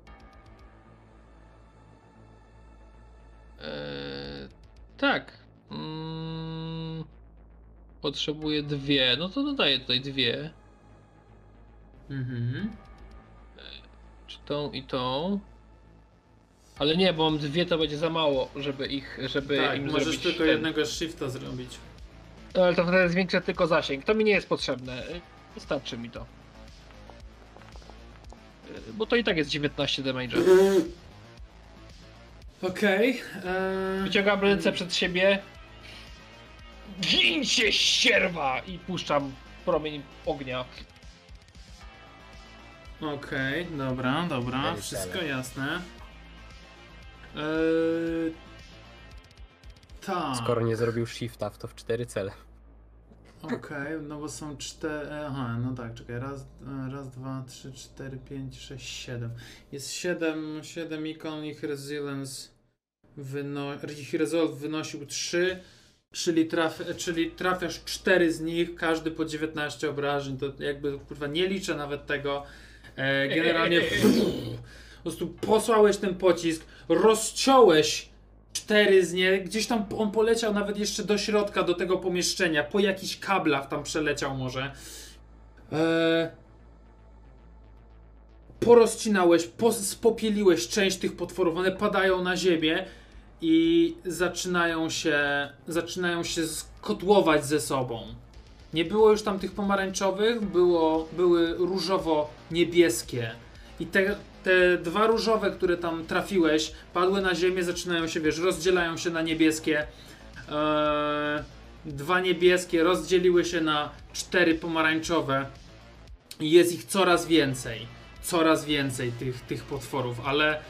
Eee, tak. Mm, potrzebuję dwie. No to dodaję tutaj dwie. Mhm. Czy tą i tą. Ale nie, bo mam dwie, to będzie za mało, żeby ich, żeby Tak, im możesz zrobić tylko ten. jednego shifta zrobić. Ale to wtedy zwiększa tylko zasięg. To mi nie jest potrzebne. Wystarczy mi to. Yy, Bo to i tak jest dziewiętnaście damage'a. Okej. Okay. Eee... Wyciągam ręce przed siebie. Gin się, ścierwa! I puszczam promień ognia. Okej, okay, dobra, dobra, Very wszystko cele. jasne. Eee... Tak. Skoro nie zrobił shifta, to w cztery cele. Okej, okay, no bo są cztery. Aha, no tak, czekaj. Raz, raz, dwa, trzy, cztery, pięć, sześć, siedem. Jest siedem, siedem ikon, ich resilience wyno... ich resolve wynosił trzy, czyli, traf... czyli trafiasz cztery z nich, każdy po dziewiętnaście obrażeń. To jakby kurwa nie liczę nawet tego. E, generalnie po prostu posłałeś ten pocisk, rozciąłeś cztery z nie, gdzieś tam on poleciał nawet jeszcze do środka, do tego pomieszczenia, po jakichś kablach tam przeleciał może. Eee, porozcinałeś, pos- spopieliłeś część tych potworów, one padają na ziemię i zaczynają się, zaczynają się skotłować ze sobą. Nie było już tam tych pomarańczowych, było, były różowo-niebieskie. I te, te dwa różowe, które tam trafiłeś, padły na ziemię, zaczynają się, wiesz, rozdzielają się na niebieskie. Eee, dwa niebieskie rozdzieliły się na cztery pomarańczowe. I jest ich coraz więcej. Coraz więcej tych, tych potworów, ale...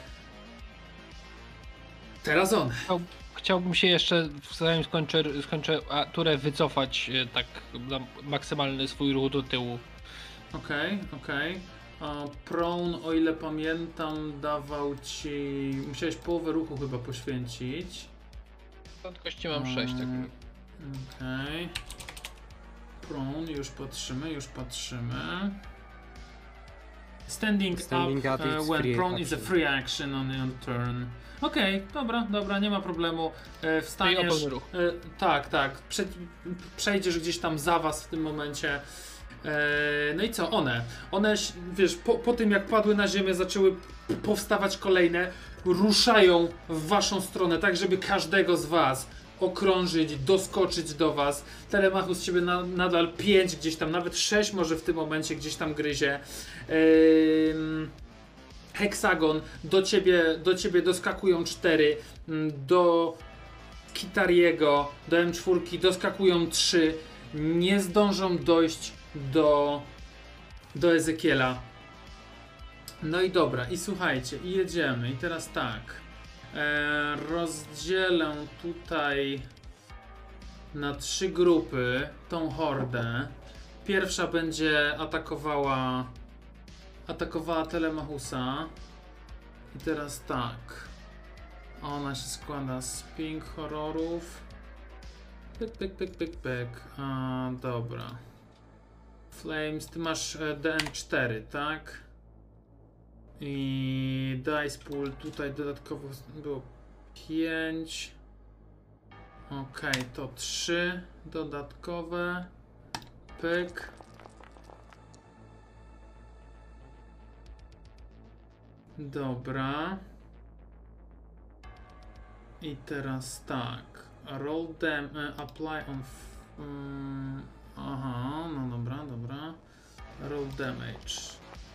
Teraz on. Chciałbym się jeszcze, zanim skończę, skończę a, turę, wycofać e, tak na maksymalny swój ruch do tyłu. Okej, okay, okej. Okay. Prone, o ile pamiętam, dawał ci... Musiałeś połowę ruchu chyba poświęcić. Prędkości mam sześć, tak. Mm, okej. Okay. Prone, już patrzymy, już patrzymy. Standing, Standing up, up is uh, when free prone is a action. free action on your turn. Okej, okay, dobra, dobra, nie ma problemu. E, wstaniesz. I pełny ruch. E, tak, tak. Prze przejdziesz gdzieś tam za was w tym momencie. E, no i co? One. One, wiesz, po, po tym jak padły na ziemię, zaczęły powstawać kolejne. Ruszają w waszą stronę, tak żeby każdego z was okrążyć, doskoczyć do was. Telemachus z ciebie na, nadal pięć gdzieś tam, nawet sześć może w tym momencie gdzieś tam gryzie. Yy, Heksagon, do ciebie, do ciebie doskakują cztery, do Kitariego, do M cztery doskakują trzy nie zdążą dojść do, do Ezekiela. No i dobra, i słuchajcie, i jedziemy. I teraz tak. E, rozdzielę tutaj na trzy grupy tą hordę. Pierwsza będzie atakowała atakowała Telemachusa. I teraz tak. Ona się składa z ping horrorów. Pyk, pyk, pyk, pyk, pyk. A, dobra. Flames, ty masz e, D N cztery, tak? I dice pool tutaj dodatkowo było pięć. Ok, to trzy dodatkowe. Pyk. Dobra. I teraz tak. Roll them, uh, apply on. Um, aha, no dobra, dobra. Roll damage.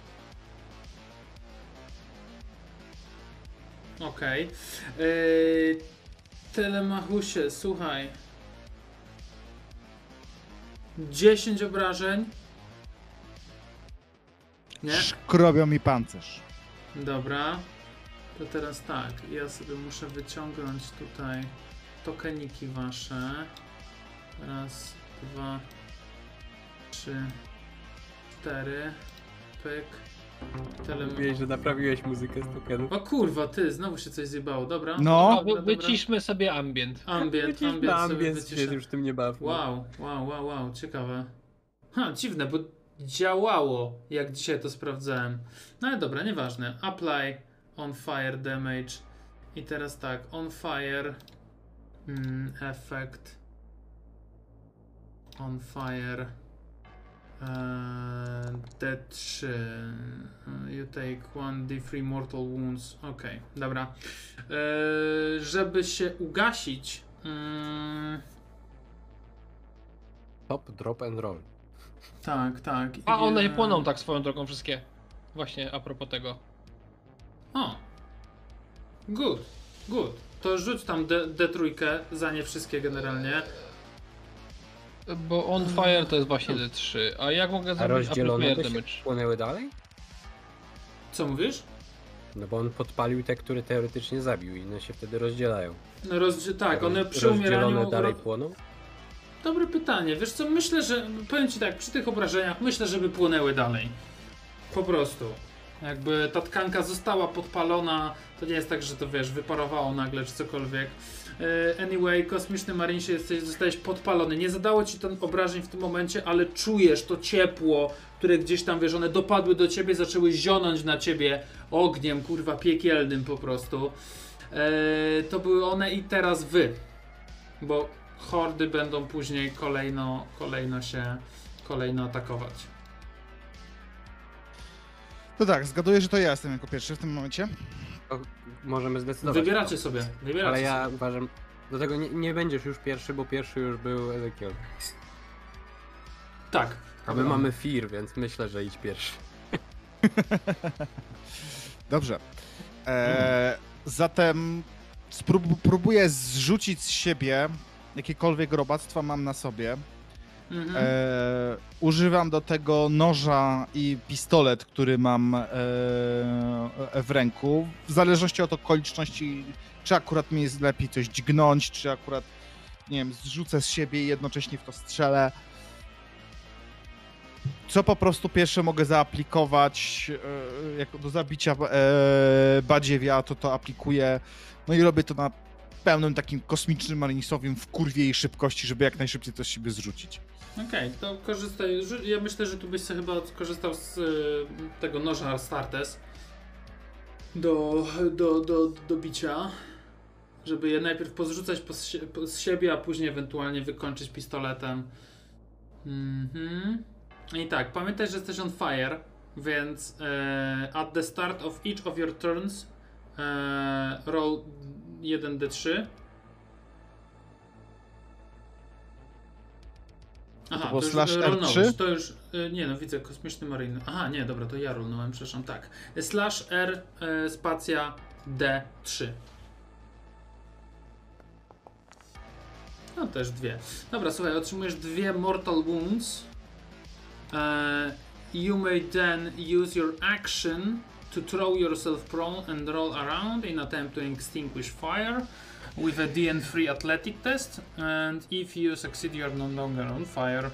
Okej. Okay. Yy, Telemachusie, słuchaj. dziesięć obrażeń. Nie? Szkrobią mi pancerz. Dobra. To teraz tak. Ja sobie muszę wyciągnąć tutaj tokeniki wasze. Raz, dwa, trzy, cztery. Pyk. Telem... Mówiłeś, że naprawiłeś muzykę z tokenów. O kurwa, ty, znowu się coś zjebało, dobra? No. Dobra, Wy, dobra. wyciszmy sobie ambient. Ambient, Wycisz ambient, na sobie ambient, wyciszę. się już tym nie baw. Wow, wow, wow, wow, ciekawe. Ha, dziwne, bo działało, jak dzisiaj to sprawdzałem. No ale dobra, nieważne. Apply on fire damage. I teraz tak, on fire mm, effect on fire eee, D trzy you take one D three mortal wounds. Ok, dobra. Eee, żeby się ugasić mm, Top, drop and roll. tak, tak. A one I, się płoną tak swoją drogą wszystkie. Właśnie a propos tego. O! Good, good. To rzuć tam D trzy za nie wszystkie generalnie. Bo on fire to jest właśnie D trzy. A jak mogę A zrobić rozdzielone applied to się damage? płynęły dalej? Co mówisz? No bo on podpalił te, które teoretycznie zabił i one się wtedy rozdzielają. No rozdzie- tak, one Roz- przy umieraniu... Rozdzielone dalej ro- płoną? Dobre pytanie. Wiesz co, myślę, że... Powiem ci tak, przy tych obrażeniach myślę, żeby płynęły dalej. Po prostu. Jakby ta tkanka została podpalona, to nie jest tak, że to wiesz, wyparowało nagle czy cokolwiek. E, Anyway, kosmiczny Marinesie jesteś, zostałeś podpalony. Nie zadało ci to obrażeń w tym momencie, ale czujesz to ciepło, które gdzieś tam, wiesz, one dopadły do ciebie, zaczęły zionąć na ciebie ogniem, kurwa, piekielnym po prostu. E, to były one i teraz wy. Bo hordy będą później kolejno, kolejno się, kolejno atakować. To tak, zgaduję, że to ja jestem jako pierwszy w tym momencie. To możemy zdecydować. Wybieracie sobie, wybieracie Ale ja sobie. uważam, do tego nie, nie będziesz już pierwszy, bo pierwszy już był Ezekiel. Tak. A my mamy Fear, więc myślę, że idź pierwszy. Dobrze. E, zatem sprób- próbuję zrzucić z siebie jakiekolwiek robactwa mam na sobie. Mhm. E, używam do tego noża i pistolet, który mam e, w ręku. W zależności od okoliczności, czy akurat mi jest lepiej coś dźgnąć, czy akurat, nie wiem, zrzucę z siebie i jednocześnie w to strzelę. Co po prostu pierwsze mogę zaaplikować e, jako do zabicia e, badziewia, to to aplikuję. No i robię to na pełnym takim kosmicznym marinesowym w kurwie i szybkości, żeby jak najszybciej coś z siebie zrzucić. Okej, okay, to korzystaj. rzu- Ja myślę, że tu byś sobie chyba korzystał z y, tego noża Astartes do, do, do, do bicia, żeby je najpierw pozrzucać po, sie- po z siebie, a później ewentualnie wykończyć pistoletem. Mhm. I tak, pamiętaj, że jesteś on fire, więc e, at the start of each of your turns e, roll jeden D trzy. Aha, To było już slash e, R rolnąłeś, trzy? to już, e, nie no, widzę kosmiczny marine. Aha, nie, dobra, to ja rolnąłem, przepraszam, tak. Slash R, e, spacja D trzy. No też dwie. Dobra, słuchaj, otrzymujesz dwie Mortal Wounds. Uh, you may then use your action to throw yourself prone and roll around in attempt to extinguish fire with a D N three athletic test, and if you succeed you are no longer on fire.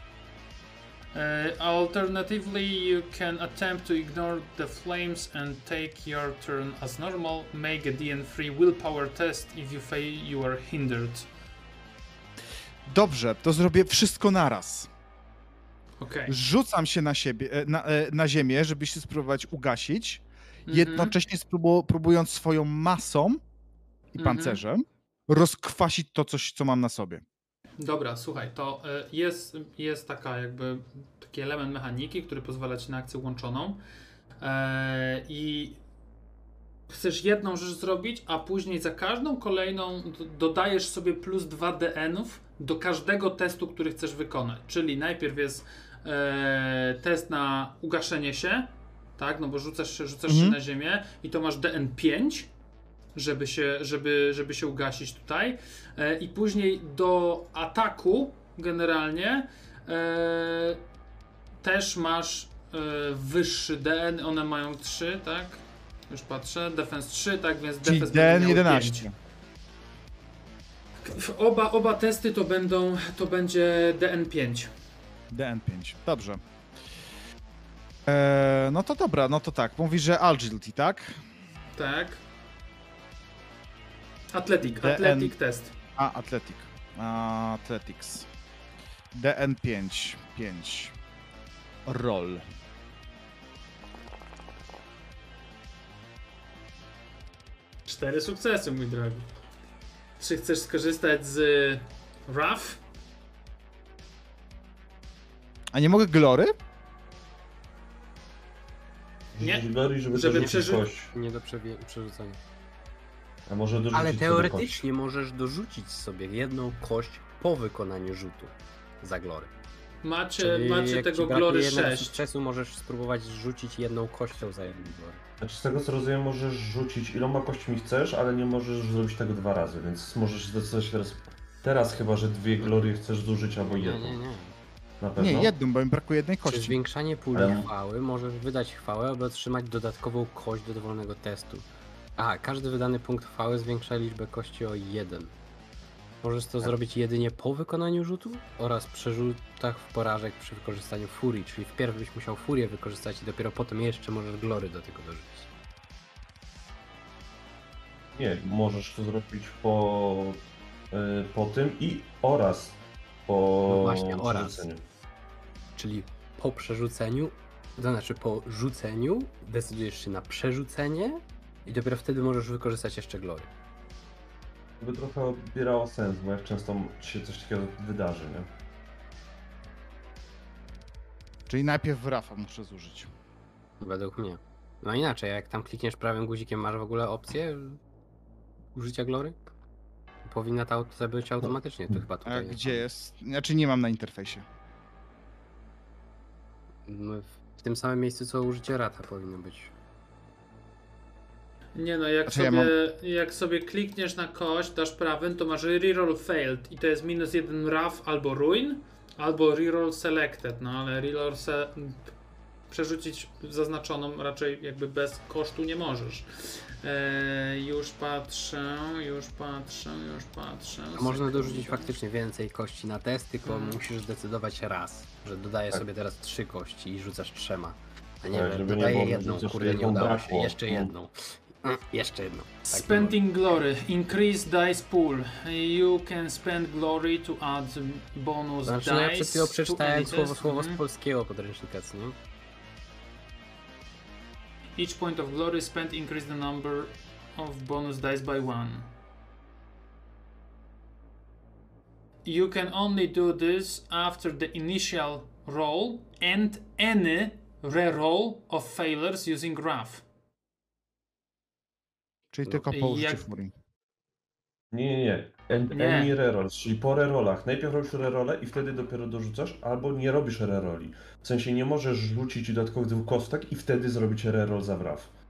Uh, alternatively, you can attempt to ignore the flames and take your turn as normal. Make a D N three willpower test. If you fail, you are hindered. Dobrze, to zrobię wszystko naraz. Okej. Rzucam się na siebie, e, na, e, na ziemię, żeby się spróbować ugasić, Mhm. jednocześnie spróbu- próbując swoją masą i Mhm. pancerzem rozkwasić to coś, co mam na sobie. Dobra, słuchaj, to y, jest, jest taka jakby taki element mechaniki, który pozwala ci na akcję łączoną e, i chcesz jedną rzecz zrobić, a później za każdą kolejną d- dodajesz sobie plus dwa D N-ów do każdego testu, który chcesz wykonać. Czyli najpierw jest e, test na ugaszenie się, tak, no bo rzucasz się, rzucasz Mhm. się na ziemię i to masz D N pięć, żeby się, żeby, żeby się ugasić tutaj. E, I później do ataku generalnie e, też masz e, wyższy D N, one mają trzy, tak? Już patrzę, defense trzy, tak więc Czyli defense D N będzie miał jedenaście. pięć. Oba, oba testy to będą, to będzie D N pięć. D N pięć, dobrze. Eee, no to dobra, no to tak, mówisz, że agility, tak? Tak. Athletic, D N athletic test. A, athletic. Athletics. D N pięć, pięć. Roll. Cztery sukcesy, mój drogi. Czy chcesz skorzystać z Rough? A nie mogę glory? Nie. Glory, żeby, Żeby żeby przeży- kość. Nie do przewie- przerzucenia. A może dorzucić Ale sobie teoretycznie możesz dorzucić sobie jedną kość po wykonaniu rzutu za glory. Macie, Czyli macie jak tego ci brakuje Glory jednego sześć. sukcesu, możesz spróbować rzucić jedną kością za jedną glory. Znaczy, z tego co rozumiem, możesz rzucić iloma kośćmi chcesz, ale nie możesz zrobić tego dwa razy, więc możesz zdecydować teraz. Teraz chyba, że dwie glory chcesz zużyć albo Nie, jedną. nie, nie. Na pewno. Nie, jedną, bo mi brakuje jednej Przy kości. zwiększanie puli Ale- chwały możesz wydać chwałę, aby otrzymać dodatkową kość do dowolnego testu. A, każdy wydany punkt chwały zwiększa liczbę kości o jeden. Możesz to Tak. zrobić jedynie po wykonaniu rzutu oraz przy rzutach w porażek przy wykorzystaniu furii, czyli wpierw byś musiał furię wykorzystać i dopiero potem jeszcze możesz glory do tego dorzucić. Nie, możesz to zrobić po, y, po tym i oraz po No właśnie, oraz. przerzuceniu. Czyli po przerzuceniu, to znaczy po rzuceniu decydujesz się na przerzucenie i dopiero wtedy możesz wykorzystać jeszcze glory. To by trochę odbierało sens, bo jak często się coś takiego wydarzy, nie? Czyli najpierw Rafa muszę zużyć. Według mnie. No inaczej, jak tam klikniesz prawym guzikiem, masz w ogóle opcję użycia glory? Powinna ta opcja być automatycznie, to chyba A tutaj. nie gdzie ma. jest? Znaczy nie mam na interfejsie. No, w tym samym miejscu co użycie rata powinno być. Nie no, jak, Znaczy ja sobie, mam- jak sobie klikniesz na kość, dasz prawym, to masz reroll failed i to jest minus jeden rough albo ruin, albo reroll selected, no ale reroll se... przerzucić zaznaczoną raczej jakby bez kosztu nie możesz. Eee, już patrzę, już patrzę, już patrzę. A można dorzucić Sekundę. faktycznie więcej kości na test, tylko Mm. musisz zdecydować raz, że dodaję Tak. sobie teraz trzy kości i rzucasz trzema. A nie Tak, wiem, żeby nie dodaję było, że jedną, rzucasz kurde nie jedną udało się, brakło. jeszcze Mm. jedną. Mm, Jeszcze jedną. Tak nie Spending glory. Increase dice pool. You can spend glory to add bonus Znaczy, dice. no ja przed chwilą to przeczytałem any słowo, test. słowo z Mhm. polskiego podręcznika, co nie? Each point of glory spent increase the number of bonus dice by one. You can only do this after the initial roll and any reroll of failures using graph. Czyli No. tylko po I użyciu jak- furii. Nie, nie, nie. And, Nie. Any rerolls, czyli po rerolach. Najpierw robisz rerole i wtedy dopiero dorzucasz, albo nie robisz reroli. W sensie nie możesz rzucić dodatkowych dwóch kostek i wtedy zrobić reroll za wraw.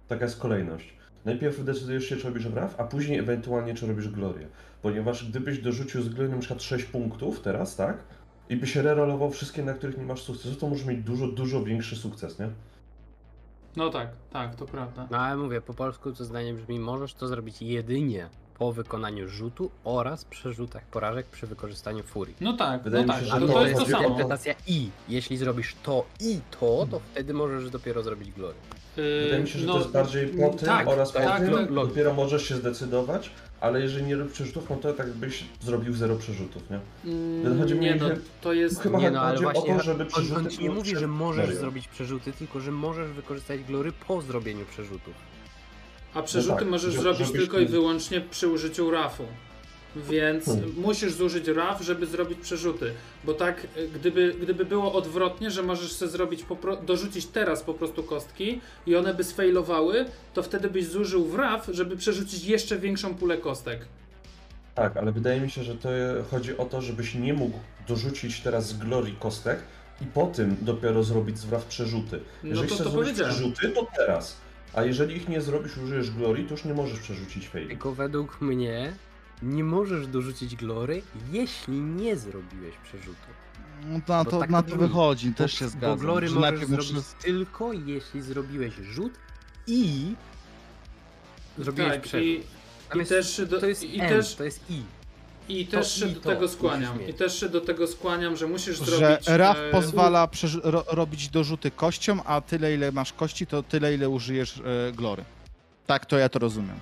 Taka jest kolejność. Najpierw decydujesz się, czy robisz wraw, a później ewentualnie, czy robisz glorię. Ponieważ gdybyś dorzucił z glorii na przykład sześć punktów teraz, tak? I byś rerolował wszystkie, na których nie masz sukcesu, to możesz mieć dużo, dużo większy sukces, nie? No tak, tak, to prawda. No ale mówię, po polsku to zdanie brzmi, możesz to zrobić jedynie po wykonaniu rzutu oraz przerzutach porażek przy wykorzystaniu furii. No tak, Wydaje no mi tak, się, a że to, to to jest to chodzi o- samo. Interpretacja i. Jeśli zrobisz to i to, to wtedy możesz dopiero zrobić glory. Wydaje mi się, że no, to jest bardziej po tym tak, oraz po tak, tym, tak. dopiero możesz się zdecydować, ale jeżeli nie robisz przerzutów, no to tak byś zrobił zero przerzutów, nie? Mm, Chodzi mi nie o- no, to jest... Chyba Nie no, ale chodzi o właśnie to, żeby on, przerzuty on ci nie były mówi, przed że możesz glorią. zrobić przerzuty, tylko że możesz wykorzystać glory po zrobieniu przerzutów. A przerzuty tak, możesz że- zrobić żebyś tylko nie- i wyłącznie przy użyciu rafu. Więc Hmm. musisz zużyć raf, żeby zrobić przerzuty. Bo tak, y, gdyby, gdyby było odwrotnie, że możesz sobie zrobić, popro- dorzucić teraz po prostu kostki i one by sfailowały, to wtedy byś zużył w raf, żeby przerzucić jeszcze większą pulę kostek. Tak, ale wydaje mi się, że to chodzi o to, żebyś nie mógł dorzucić teraz z glorii kostek i po tym dopiero zrobić z wraw przerzuty. No Jeżeli to chcesz to zrobić powiedziałem. przerzuty, to teraz. A jeżeli ich nie zrobisz, użyjesz glorii, to już nie możesz przerzucić faili. Tylko według mnie nie możesz dorzucić glory, jeśli nie zrobiłeś przerzutu. No, na Bo to, tak na to to brzmi. wychodzi, też Bo- się Bo zgadzam. glory że możesz najpierw zrobić muszę- tylko jeśli zrobiłeś rzut i zrobiłeś Tak, przerzut. i, Tam i jest- też się do, To jest i N, też to jest I. i to też się i do to tego musisz skłaniam. mieć. I też się do tego skłaniam, że musisz że zrobić. raf e, pozwala przeż- ro robić dorzuty kością, a tyle ile masz kości, to tyle ile użyjesz e, glory. Tak, to ja to rozumiem.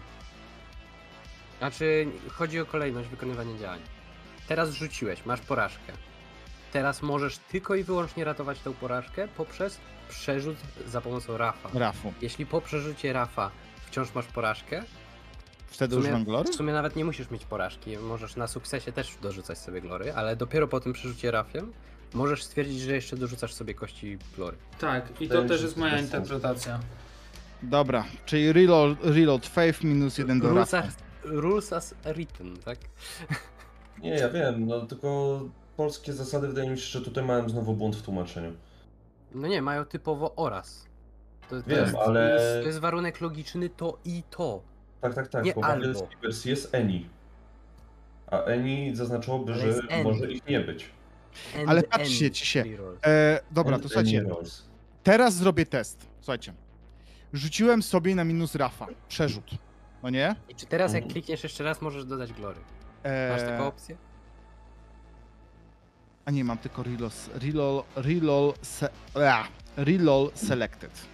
Znaczy, chodzi o kolejność wykonywania działań. Teraz rzuciłeś, masz porażkę. Teraz możesz tylko i wyłącznie ratować tę porażkę poprzez przerzut za pomocą rafa. Rafu. Jeśli po przerzucie rafa wciąż masz porażkę, Wtedy w sumie, używam glory? w sumie nawet nie musisz mieć porażki, możesz na sukcesie też dorzucać sobie glory, ale dopiero po tym przerzucie rafiem możesz stwierdzić, że jeszcze dorzucasz sobie kości glory. Tak, i to Wydaje mi też się, jest że moja to bez sensu. interpretacja. Dobra, czyli reload, reload faith minus jeden do Rules rafu. as, rules as written, tak? Nie, ja wiem, no tylko polskie zasady wydaje mi się, że tutaj mają znowu błąd w tłumaczeniu. No nie, mają typowo oraz. To, to, Wiem, jest, ale- to, jest, to jest warunek logiczny to i to. Tak, tak, tak, Nie bo w albo. angielskiej wersji jest any. A any zaznaczałoby, Ale że jest and. może ich nie być. And, Ale and patrzcie ci się. rerolls. E, dobra, And to słuchajcie, any rolls. teraz zrobię test. Słuchajcie. Rzuciłem sobie na minus rafa. Przerzut. No nie? I czy teraz jak Mhm. klikniesz jeszcze raz możesz dodać glory? E, Masz taką opcję? A nie, mam tylko reload, reload, reload, se, a, reload selected.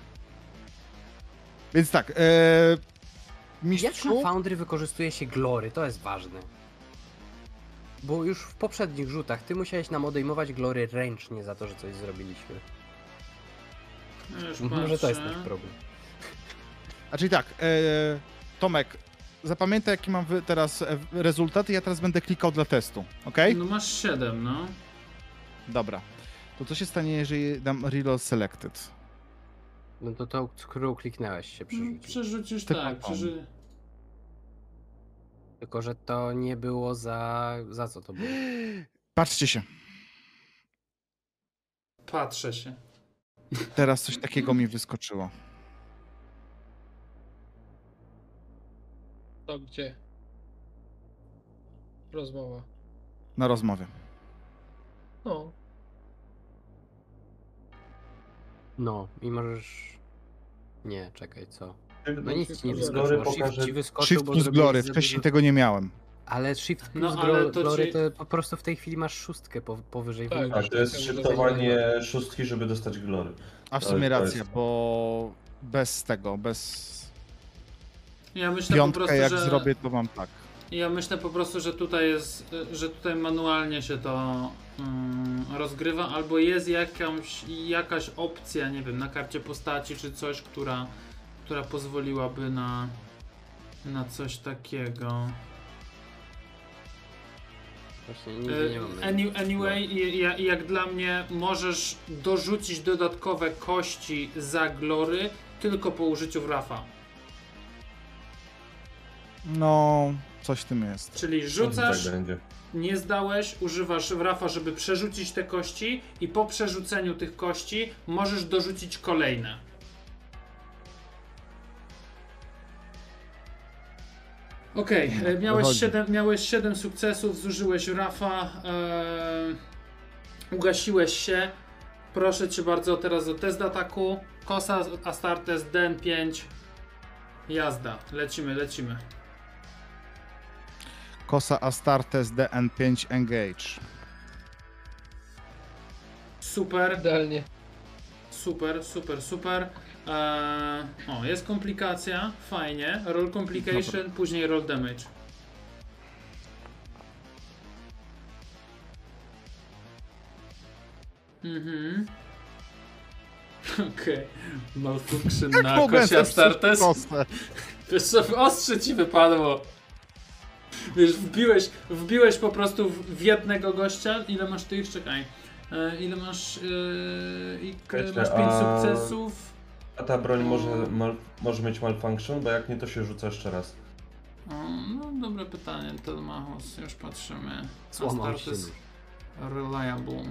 Więc tak, e, Jak mistrzu, na Foundry wykorzystuje się glory? To jest ważne. Bo już w poprzednich rzutach ty musiałeś nam odejmować glory ręcznie za to, że coś zrobiliśmy. No już Może to jest patrzę. nasz problem. a czyli tak, e, Tomek, zapamiętaj jaki mam wy- teraz e, rezultat i ja teraz będę klikał dla testu, ok? No masz siedem, no. Dobra. To co się stanie, jeżeli dam reload selected? No to to, którą kliknęłeś się No, przerzucił. przerzucisz Tylko tak, tą. przeży... Tylko, że to nie było za... za co to było? Patrzcie się, Patrzę się. teraz coś takiego mi wyskoczyło. To gdzie? Rozmowa. Na rozmowie. No. No i możesz... Nie, czekaj, co? Glory No nic ci nie Glory wyskoczyło. Shift pokaże- ci wyskoczył, Shift bo plus zrobiłeś glory, za wcześniej dużo- tego nie miałem. Ale shift plus No, no, ale to glory ci- to po prostu w tej chwili masz szóstkę po, powyżej Tak. wyniku. Tak, to jest Tak, shiftowanie szóstki, żeby dostać glory. A w Ale sumie to racja, jest- bo bez tego, bez Ja myślę po piątkę prostu, jak że... zrobię, to mam tak. Ja myślę po prostu, że tutaj jest, że tutaj manualnie się to mm, rozgrywa, albo jest jakaś, jakaś opcja, nie wiem, na karcie postaci czy coś, która, która pozwoliłaby na, na coś takiego. Właśnie nigdy nie mamy. E, Any, anyway, i- ja- jak dla mnie możesz dorzucić dodatkowe kości za glory tylko po użyciu wrafa. No, coś w tym jest. Czyli rzucasz, Tak będzie. nie zdałeś, używasz wrafa, żeby przerzucić te kości i po przerzuceniu tych kości możesz dorzucić kolejne. Okej, okay, miałeś, Wychodzi. siedem, miałeś siedem sukcesów, zużyłeś Rafa, e, ugasiłeś się. Proszę cię bardzo teraz o test ataku. Kosa, Astartes, D N pięć. Jazda, lecimy, lecimy. Kosa Astartes D N pięć Engage. Super, Idealnie. super, super, super. Eee, o, jest komplikacja, fajnie. Roll complication, później roll damage. Mhm. Okej. Okay. Malfunction na mogłem kosie zepsuć Astartes. kosę? Wiesz co, w ostrze ci wypadło. Wiesz, wbiłeś, wbiłeś po prostu w, w jednego gościa. Ile masz tych? Czekaj. E, ile masz? E, i, Wiecie, masz pięć a- sukcesów. A ta broń może, mal, może mieć malfunction, bo jak nie, to się rzuca jeszcze raz. O, no dobre pytanie, Telmachos, już patrzymy. Złamał się Astartes nóż. reliable.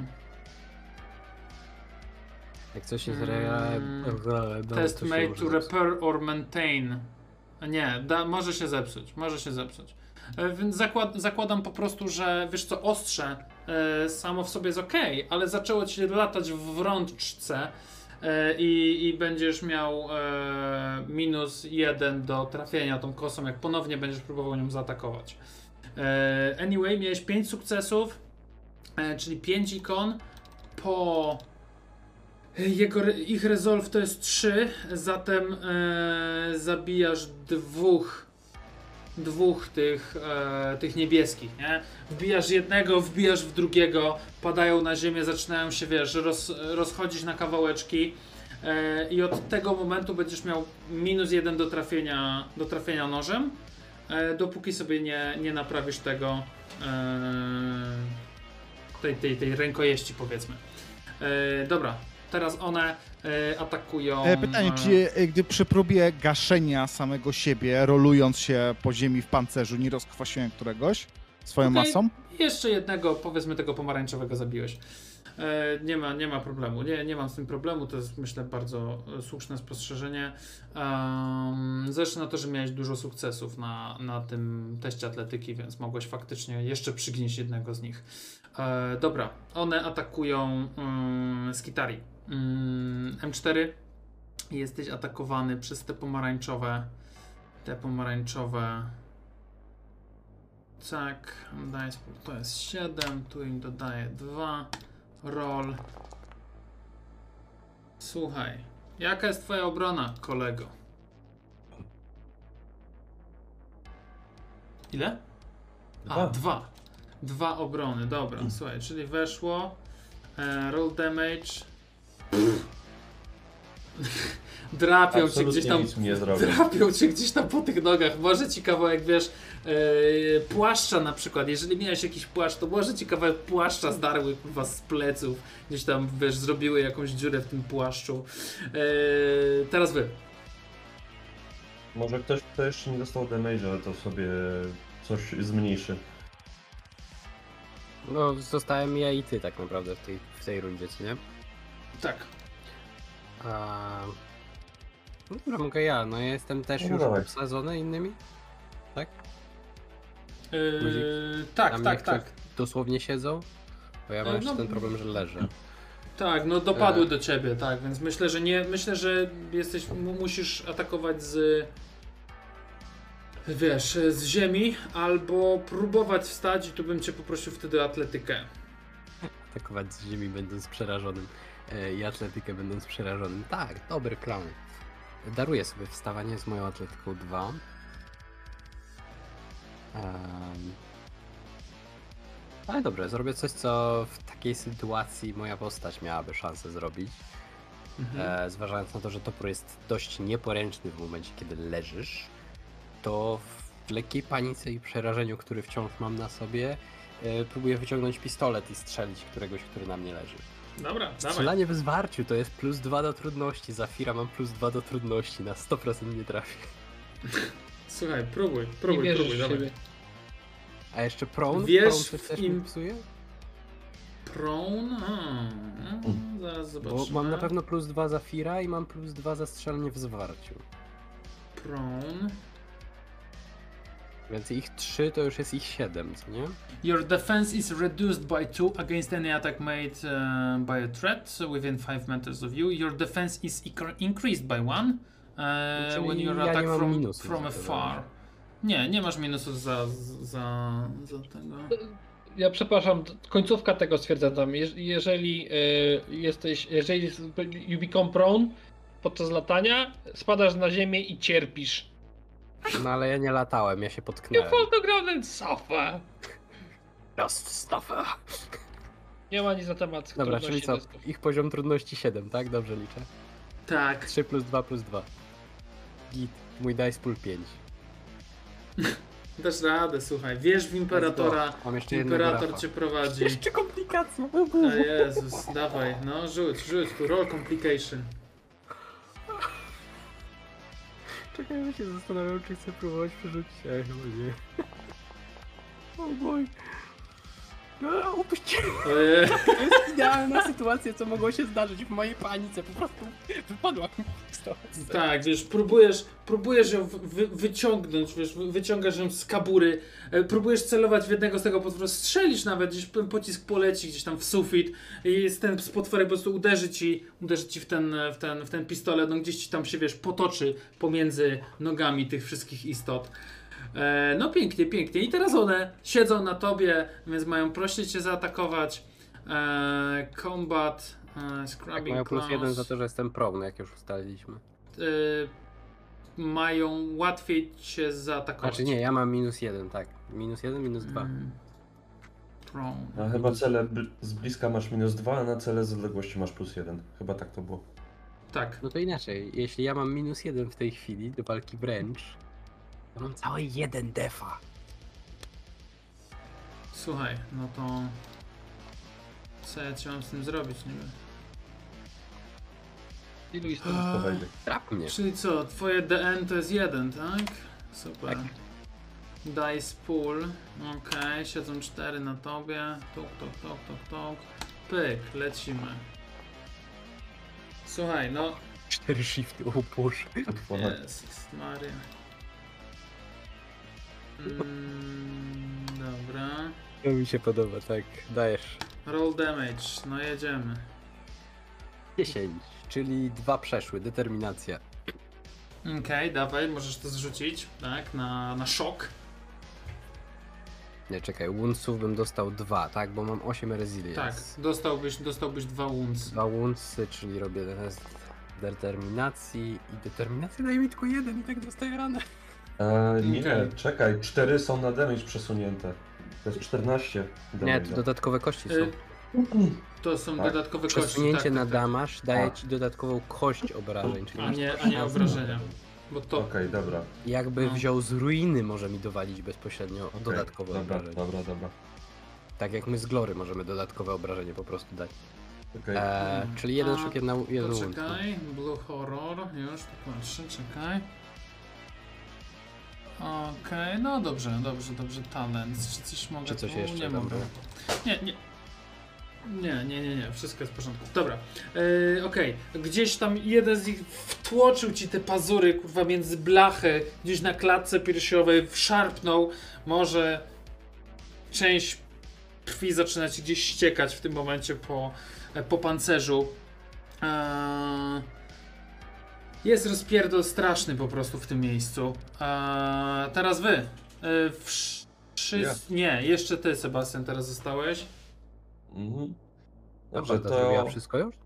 Jak coś jest Mm, reliable, Test to się made może to zepsuć. repair or maintain. Nie, da, może się zepsuć, może się zepsuć. E, Więc zakład, zakładam po prostu, że wiesz co, ostrze e, samo w sobie jest ok, ale zaczęło ci latać w rączce e, i, i będziesz miał e, minus jeden do trafienia tą kosą, jak ponownie będziesz próbował nią zaatakować. E, anyway, miałeś pięć sukcesów, e, czyli pięć ikon. Po jego, re- ich resolve to jest trzy, zatem e, zabijasz dwóch dwóch tych, e, tych niebieskich, nie? Wbijasz jednego, wbijasz w drugiego, padają na ziemię, zaczynają się, wiesz, roz, rozchodzić na kawałeczki e, i od tego momentu będziesz miał minus jeden do trafienia, do trafienia nożem, e, dopóki sobie nie, nie naprawisz tego e, tej, tej, tej rękojeści, powiedzmy. E, dobra, teraz one e, atakują... E, pytanie, czy e, gdy przy próbie gaszenia samego siebie, rolując się po ziemi w pancerzu, nie rozkwasiłem któregoś swoją Okej. masą? Jeszcze jednego, powiedzmy tego pomarańczowego zabiłeś. E, nie, ma, nie ma problemu, nie, nie mam z tym problemu, to jest myślę bardzo e, słuszne spostrzeżenie. Um, zresztą na to, że miałeś dużo sukcesów na, na tym teście atletyki, więc mogłeś faktycznie jeszcze przygnieść jednego z nich. E, dobra, one atakują um, Skitari. Um, M cztery. Jesteś atakowany przez te pomarańczowe. Te pomarańczowe. Tak, daj spór, to jest siedem, tu im dodaję dwa. Roll. Słuchaj, jaka jest twoja obrona, kolego? Ile? A, Dwa. dwa. Dwa obrony, dobra, słuchaj, czyli weszło. E, roll damage. Drapią cię Absolutnie gdzieś tam. nic mi nie zrobię. Drapią cię gdzieś tam po tych nogach. Może ci kawałek, wiesz, yy, płaszcza na przykład. Jeżeli miałeś jakiś płaszcz, to może ci kawałek płaszcza zdarły was z pleców. Gdzieś tam, wiesz, zrobiły jakąś dziurę w tym płaszczu. Yy, teraz wy. Może ktoś, kto jeszcze nie dostał damage, ale to sobie coś zmniejszy. No, zostałem ja i ty tak naprawdę w tej, w tej rundzie, co nie? Tak. A... No dobra, mogę ja, no ja jestem też No już dawaj. obsadzony innymi? Tak? Yy, Guzik. tak, Tam tak, jak tak. tu Dosłownie siedzą? Bo ja mam E, jeszcze no- ten problem, że leżę. Tak, no dopadły E. do ciebie, tak, więc myślę, że nie, myślę, że jesteś, mu- musisz atakować z, wiesz, z ziemi, albo próbować wstać i tu bym cię poprosił wtedy o atletykę. Atakować z ziemi będąc przerażonym e, i atletykę będąc przerażonym. Tak, dobry plan. Daruję sobie wstawanie z moją atletyką dwa. Um, ale dobrze, zrobię coś, co w takiej sytuacji moja postać miałaby szansę zrobić. Mhm. E, zważając na to, że topór jest dość nieporęczny w momencie, kiedy leżysz, to w lekkiej panice i przerażeniu, który wciąż mam na sobie, e, próbuję wyciągnąć pistolet i strzelić któregoś, który na mnie leży. Dobra, dawaj. Strzelanie w zwarciu to jest plus dwa do trudności. Zafira mam plus dwa do trudności. Na sto procent nie trafię. Słuchaj, próbuj, Nie próbuj, wierzysz próbuj, w dawaj. siebie. A jeszcze prone? Wiesz, Prone coś w też im- mi psuje? Prone? A, no, zaraz Bo zobaczymy. mam na pewno plus dwa Zafira i mam plus dwa za strzelanie w zwarciu. Prone. Więc ich trzy to już jest ich siedem, co nie? Your defense is reduced by two against any attack made uh, by a threat within five meters of you. Your defense is incre- increased by one uh, Czyli when you ja attack nie mam from, minusów from za to, afar. dobrze. Nie, nie masz minusów za, za, za tego. Ja przepraszam, końcówka tego stwierdza tam, jeż- jeżeli y, jesteś, jeżeli you become prone podczas latania, spadasz na ziemię i cierpisz. No ale ja nie latałem, ja się You potknąłem. fall to ground and suffer. Just stuffer. Nie ma nic na temat Dobra, czyli trudności co? testów. Ich poziom trudności siedem, tak? Dobrze liczę. Tak. trzy plus dwa plus dwa. Git. Mój dice pool pięć. Dasz radę, słuchaj. Wierz w Imperatora. Mam jeszcze jednego Imperator rafa. cię prowadzi. Jeszcze komplikacja. A Jezus, dawaj, no rzuć, rzuć tu, roll complication. Czekaj, ja się zastanawiam, czy chcę próbować przerzucić. Ale chyba nie. O boj. No, upuściłem. Ojej. To jest idealna sytuacja, co mogło się zdarzyć w mojej panice. Po prostu wypadła mi z Tak, wiesz, próbujesz, próbujesz ją wy, wyciągnąć, wiesz, wy- wyciągasz ją z kabury, e, próbujesz celować w jednego z tego potwora, strzelisz nawet, gdzieś ten pocisk poleci gdzieś tam w sufit i z ten z potworek po prostu uderzy ci, uderzy ci w ten, w ten, w ten pistolet, no gdzieś ci tam się, wiesz, potoczy pomiędzy nogami tych wszystkich istot. E, no pięknie, pięknie. I teraz one siedzą na tobie, więc mają prościej cię zaatakować. E, combat, e, scrubbing Mają plus claws. jeden za to, że jestem prone, jak już ustaliliśmy. Y, mają łatwiej cię zaatakować. Znaczy nie, ja mam minus jeden, tak. Minus jeden, minus dwa. Mm. Prone. A chyba cele bl- z bliska masz minus dwa, a na cele z odległości masz plus jeden. Chyba tak to było. Tak. No to inaczej, jeśli ja mam minus jeden w tej chwili do walki wręcz, to mam cały jeden defa. Słuchaj, no to co ja ci mam z tym zrobić niby? Ilu istot? To wejdzie. Trap mnie. Czyli co, twoje D N to jest jeden, tak? Super. Tak. Dice pool. Okej, siedzą cztery na tobie. Tok, tok, tok, tok, tok. Pyk, lecimy. Słuchaj, no. Cztery shifty, o Boże. Jezus Maria. Mm, dobra. To mi się podoba, tak. Dajesz Roll damage, no jedziemy. dziesięć, czyli dwa przeszły, determinacja. Okej, dawaj, możesz to zrzucić, tak, na, na szok. Nie, czekaj, woundsów bym dostał dwa, tak? Bo mam osiem resilience. Tak, dostałbyś, dostałbyś dwa wounds. Dwa woundsy, czyli robię teraz determinacji i determinacja daje mi tylko jeden i tak dostaję ranę. E, nie, Okej. czekaj, cztery są na damage przesunięte. To jest czternaście Nie, damage'a. to dodatkowe kości są. Y, To są Tak. dodatkowe kości. Przesunięcie tak, na tak, tak. damage daje Tak. ci dodatkową kość obrażeń, czyli A masz nie, tylko a nie szansę. obrażenia. Bo to. Okej, dobra. Jakby No. wziął z ruiny, może mi dowalić bezpośrednio o Okej, dodatkowe dobra, obrażenie. dobra, dobra. Tak jak my z Glory możemy dodatkowe obrażenie po prostu dać. Okej. Eee, czyli jeden A, szuk, jedna, jeden wound. no. Poczekaj, Blue Horror, już tu patrzę, czekaj. Okej, no dobrze, dobrze, dobrze, talent. Czy coś mogę Czy coś tu? jeszcze Nie tam mogę. było? Nie, nie. Nie, nie, nie, nie, wszystko jest w porządku. Dobra, yy, okej, gdzieś tam jeden z nich wtłoczył ci te pazury, kurwa, między blachę, gdzieś na klatce piersiowej, wszarpnął, może część krwi zaczyna ci gdzieś ściekać w tym momencie po, po pancerzu. Eee, jest rozpierdol straszny po prostu w tym miejscu. Eee, teraz wy. Eee, wsz- wszyscy... Nie, jeszcze ty, Sebastian, teraz zostałeś. Mhm. Dobrze, Dobrze, to zrobiła to... wszystko już?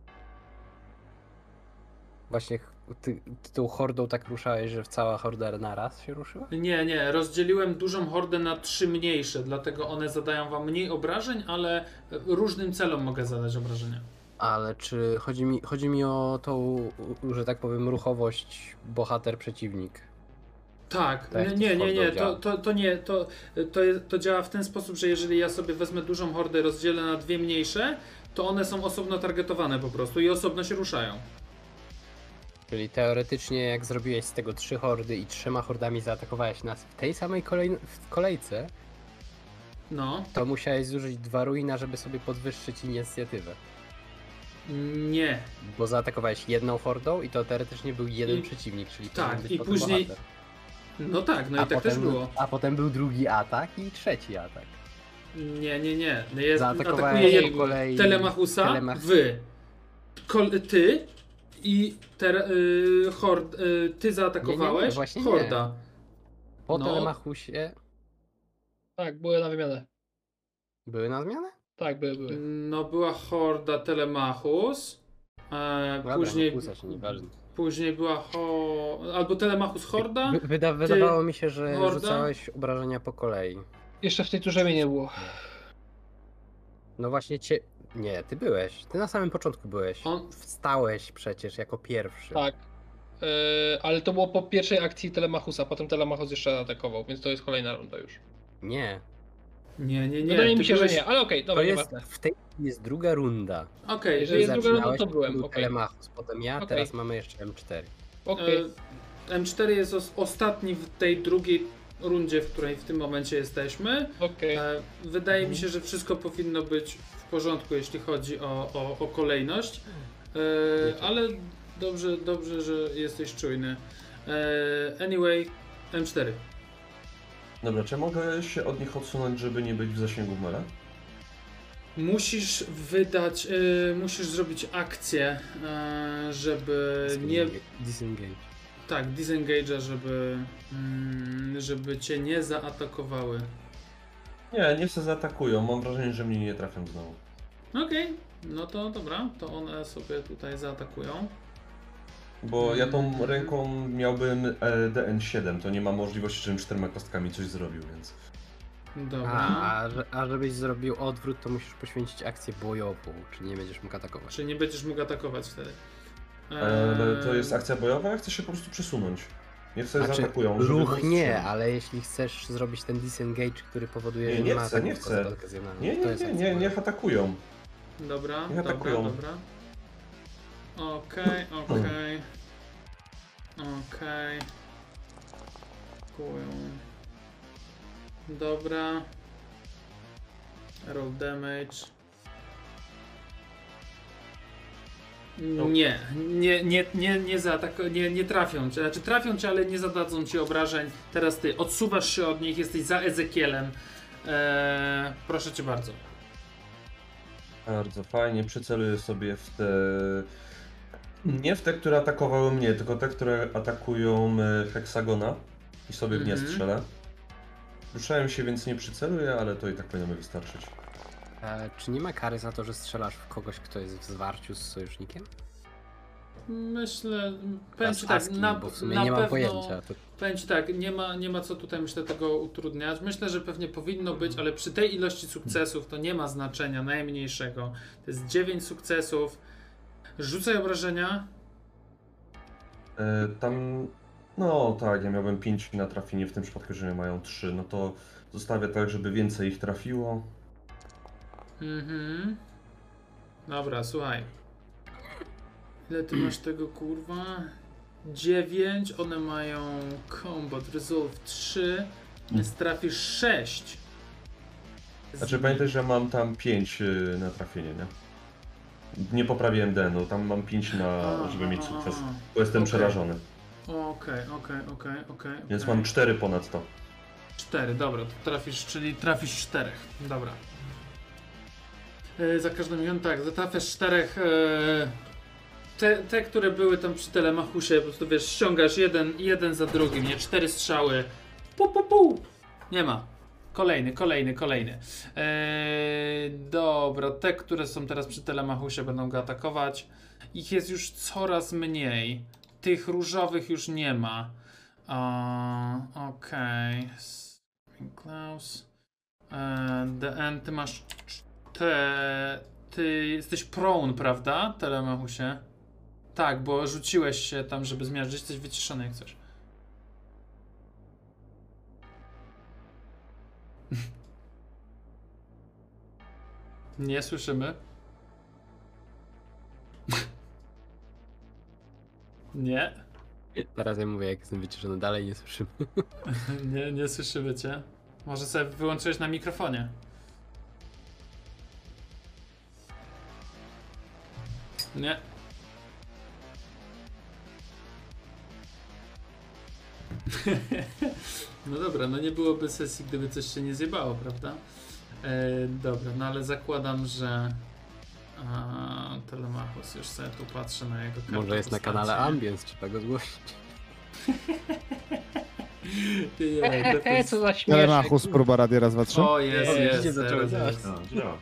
Właśnie ch- ty, ty tą hordą tak ruszałeś, że cała horda naraz się ruszyła? Nie, nie, rozdzieliłem dużą hordę na trzy mniejsze, dlatego one zadają wam mniej obrażeń, ale różnym celom mogę zadać obrażenia. Ale czy chodzi mi, chodzi mi o tą, u- że tak powiem, ruchowość bohater-przeciwnik? Tak, Tak, nie, to nie, z nie, hordą nie, to, działa. to, to nie, to, to, jest, to działa w ten sposób, że jeżeli ja sobie wezmę dużą hordę, rozdzielę na dwie mniejsze, to one są osobno targetowane po prostu i osobno się ruszają. Czyli teoretycznie jak zrobiłeś z tego trzy hordy i trzema hordami zaatakowałeś nas w tej samej kolej, w kolejce, No, to musiałeś zużyć dwa ruina, żeby sobie podwyższyć inicjatywę. nie. Bo zaatakowałeś jedną hordą i to teoretycznie był jeden I- przeciwnik, czyli tak, powinien być i potem później- bohater. No tak, no a i tak potem, też było. A potem był drugi atak i trzeci atak. Nie, nie, nie. Jest, Zaatakowałem atakuje po jed... kolei Telemachusa, Telemach- wy, Kol... ty i ter... y... Hord... Y... ty zaatakowałeś, Nie, nie, nie, właśnie nie. Horda. Po No. Telemachusie Tak, były na wymianę. były na zmianę? Tak, były, były. No była Horda Telemachus, e, Dobra, później, Machusa, nieważne. później była ho... albo Telemachus Horda, Wy, wyda, wydawało mi się, że Horda? rzucałeś obrażenia po kolei. Jeszcze w tej turze mnie nie było. No właśnie cię... Nie, ty byłeś. Ty na samym początku byłeś. On- Wstałeś przecież jako pierwszy. Tak. Yy, ale to było po pierwszej akcji Telemachusa, potem Telemachus jeszcze atakował, więc to jest kolejna runda już. Nie. Nie, nie, nie. Wydaje ty mi się, byłeś... że nie, ale okej, To dobra, jest, nieważne. w tej chwili jest druga runda. Okej, Jeżeli jest druga runda, Zaczynałeś, to byłem, był okej. Telemachus, potem ja, Okej. teraz mamy jeszcze M cztery. Okej. e, M cztery jest os- ostatni w tej drugiej rundzie, w której w tym momencie jesteśmy. Okej. E, wydaje mi się, że wszystko powinno być w porządku, jeśli chodzi o, o, o kolejność. E, ale dobrze, dobrze, że jesteś czujny. E, anyway, M cztery. Dobra, czy ja mogę się od nich odsunąć, żeby nie być w zasięgu mela? Musisz wydać, e, musisz zrobić akcję, e, żeby nie... Disengage. Tak, disengage'a, żeby, mm, żeby cię nie zaatakowały. Nie, niech se zaatakują. Mam wrażenie, że mnie nie trafią znowu. Okej, no to dobra, to one sobie tutaj zaatakują. Bo ja tą Mm. ręką miałbym e, D N siedem, to nie ma możliwości, żebym czterema kostkami coś zrobił, więc... Dobra. A, a, że- a żebyś zrobił odwrót, to musisz poświęcić akcję bojową, czyli nie będziesz mógł atakować. Czy nie będziesz mógł atakować wtedy? Ale to Eee, jest akcja bojowa, ja chcę się po prostu przesunąć. Niech sobie Znaczy, zaatakują, żeby ruch móc nie, strzelić. ale jeśli chcesz zrobić ten disengage, który powoduje, Nie, że nie nie ma chcę, nie ataków chcę. okazjonalnych, Nie, to nie, jest nie, akcja nie, bojowa. niech atakują. Dobra, niech dobra, atakują. dobra. Okej, okej. Okej. Atakują. Dobra. Roll damage. Nie, nie, nie, nie, nie, zaatak- nie, nie trafią cię. Znaczy trafią cię, ale nie zadadzą ci obrażeń. Teraz ty odsuwasz się od nich, jesteś za Ezekielem. Eee, proszę cię bardzo. Bardzo fajnie, przyceluję sobie w te... Nie w te, które atakowały mnie, tylko te, które atakują e, heksagona i sobie w nie Mhm. strzelę. Ruszałem się, więc nie przyceluję, ale to i tak powinno mi wystarczyć. E, czy nie ma kary za to, że strzelasz w kogoś, kto jest w zwarciu z sojusznikiem? Myślę, powiem Teraz ci tak, asking, na, bo w sumie na nie mam pewno, pojęcia. To... powiem ci tak, nie ma, nie ma co tutaj myślę tego utrudniać. Myślę, że pewnie powinno być, ale przy tej ilości sukcesów to nie ma znaczenia najmniejszego. To jest dziewięć sukcesów. Rzucaj obrażenia. E, tam... No tak, ja miałbym pięć na trafienie, w tym przypadku, że mają trzy, no to zostawię tak, żeby więcej ich trafiło. Mhm. Dobra, słuchaj. Ile ty masz tego kurwa? dziewięć, one mają combat resolve trzy, więc trafisz sześć. Znaczy pamiętaj, że mam tam pięć y, na trafienie, nie? Nie poprawiłem D N-u, tam mam pięć na, żeby mieć sukces, bo jestem Okej. przerażony. Okej, okej, okej, okej. Więc okej. mam cztery ponad to. cztery, dobra, to trafisz, czyli trafisz czterech. Dobra. E, za każdym razem tak, trafiasz czterech. E, te, te, które były tam przy Telemachusie, po prostu wiesz, ściągasz jeden, jeden za drugim, nie? Cztery strzały. Pu, pu, pu. Nie ma. Kolejny, kolejny, kolejny. E, dobra, te, które są teraz przy Telemachusie, będą go atakować. Ich jest już coraz mniej. Tych różowych już nie ma. Uh, Okej. Okay. Klaus. E, D N, ty masz te. Ty jesteś prone, prawda? Telemachusie? Tak, bo rzuciłeś się tam, żeby zmierzyć. Jesteś wyciszony jak coś. Nie słyszymy. Nie. Teraz ja mówię, jak jestem wyciszony, dalej nie słyszymy. Nie, nie słyszymy cię. Może sobie wyłączyłeś na mikrofonie. Nie. No dobra, no nie byłoby sesji, gdyby coś się nie zjebało, prawda? E, dobra, no ale zakładam, że a, Telemachus, już sobie tu patrzę na jego kartę Może jest na postaci. kanale Ambience, trzeba go zgłosić. Nie, Hehehe, defens- co za śmieszek. Telemachus, próba radia raz, dwa, trzy. O, jest, O, jest, widzicie, zaczęło teraz działać. jest. A, działa.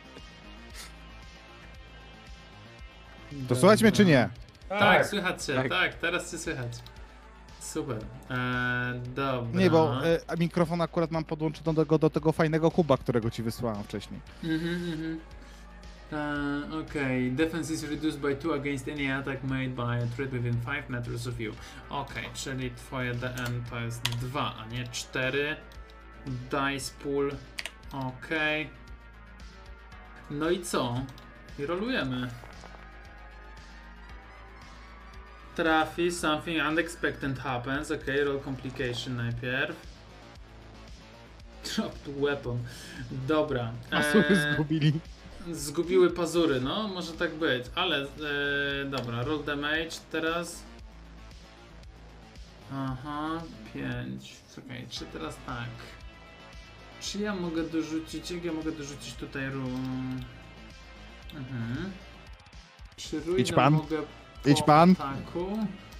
To słuchać mnie czy nie? Tak, słychać cię, tak. Tak. teraz cię słychać. Super. Eee, dobra. Nie, bo e, a mikrofon akurat mam podłączony do tego, do tego fajnego kuba, którego ci wysłałem wcześniej. Mhm, mhm. Uh, okay, defense is reduced by two against any attack made by a threat within five meters of you. Okej, czyli twoje D N to jest dwa, a nie cztery. Dice pool. Okej. No i co? I rolujemy. Trafi, something unexpected happens. Okej, roll complication najpierw. Dropped weapon. Dobra. A sobie eee, zgubili. Zgubiły pazury, no może tak być, ale e, dobra, roll damage teraz. Aha, pięć. Czekaj, czy teraz tak? Czy ja mogę dorzucić, jak ja mogę dorzucić tutaj run? Mhm. Czy ruinę Idź pan. mogę po Idź pan. ataku?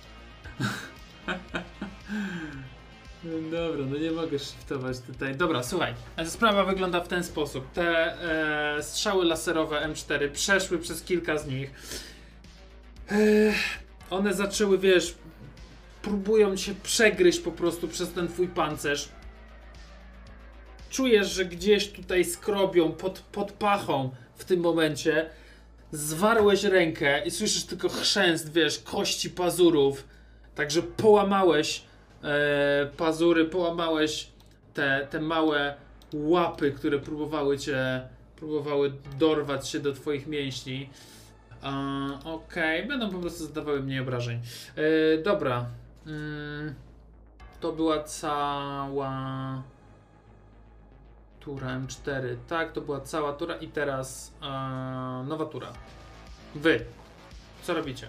Dobra, no nie mogę shiftować tutaj. Dobra, słuchaj, sprawa wygląda w ten sposób. Te e, strzały laserowe M cztery przeszły przez kilka z nich. E, one zaczęły, wiesz, próbują się przegryźć po prostu przez ten twój pancerz. Czujesz, że gdzieś tutaj skrobią pod, pod pachą w tym momencie. Zwarłeś rękę i słyszysz tylko chrzęst, wiesz, kości pazurów. Także połamałeś e, pazury, połamałeś te, te małe łapy, które próbowały cię, próbowały dorwać się do twoich mięśni. E, Okej, okay. Będą po prostu zadawały mniej obrażeń. E, dobra. Mm, to była cała tura M cztery. Tak, to była cała tura i teraz e, nowa tura. Wy. Co robicie?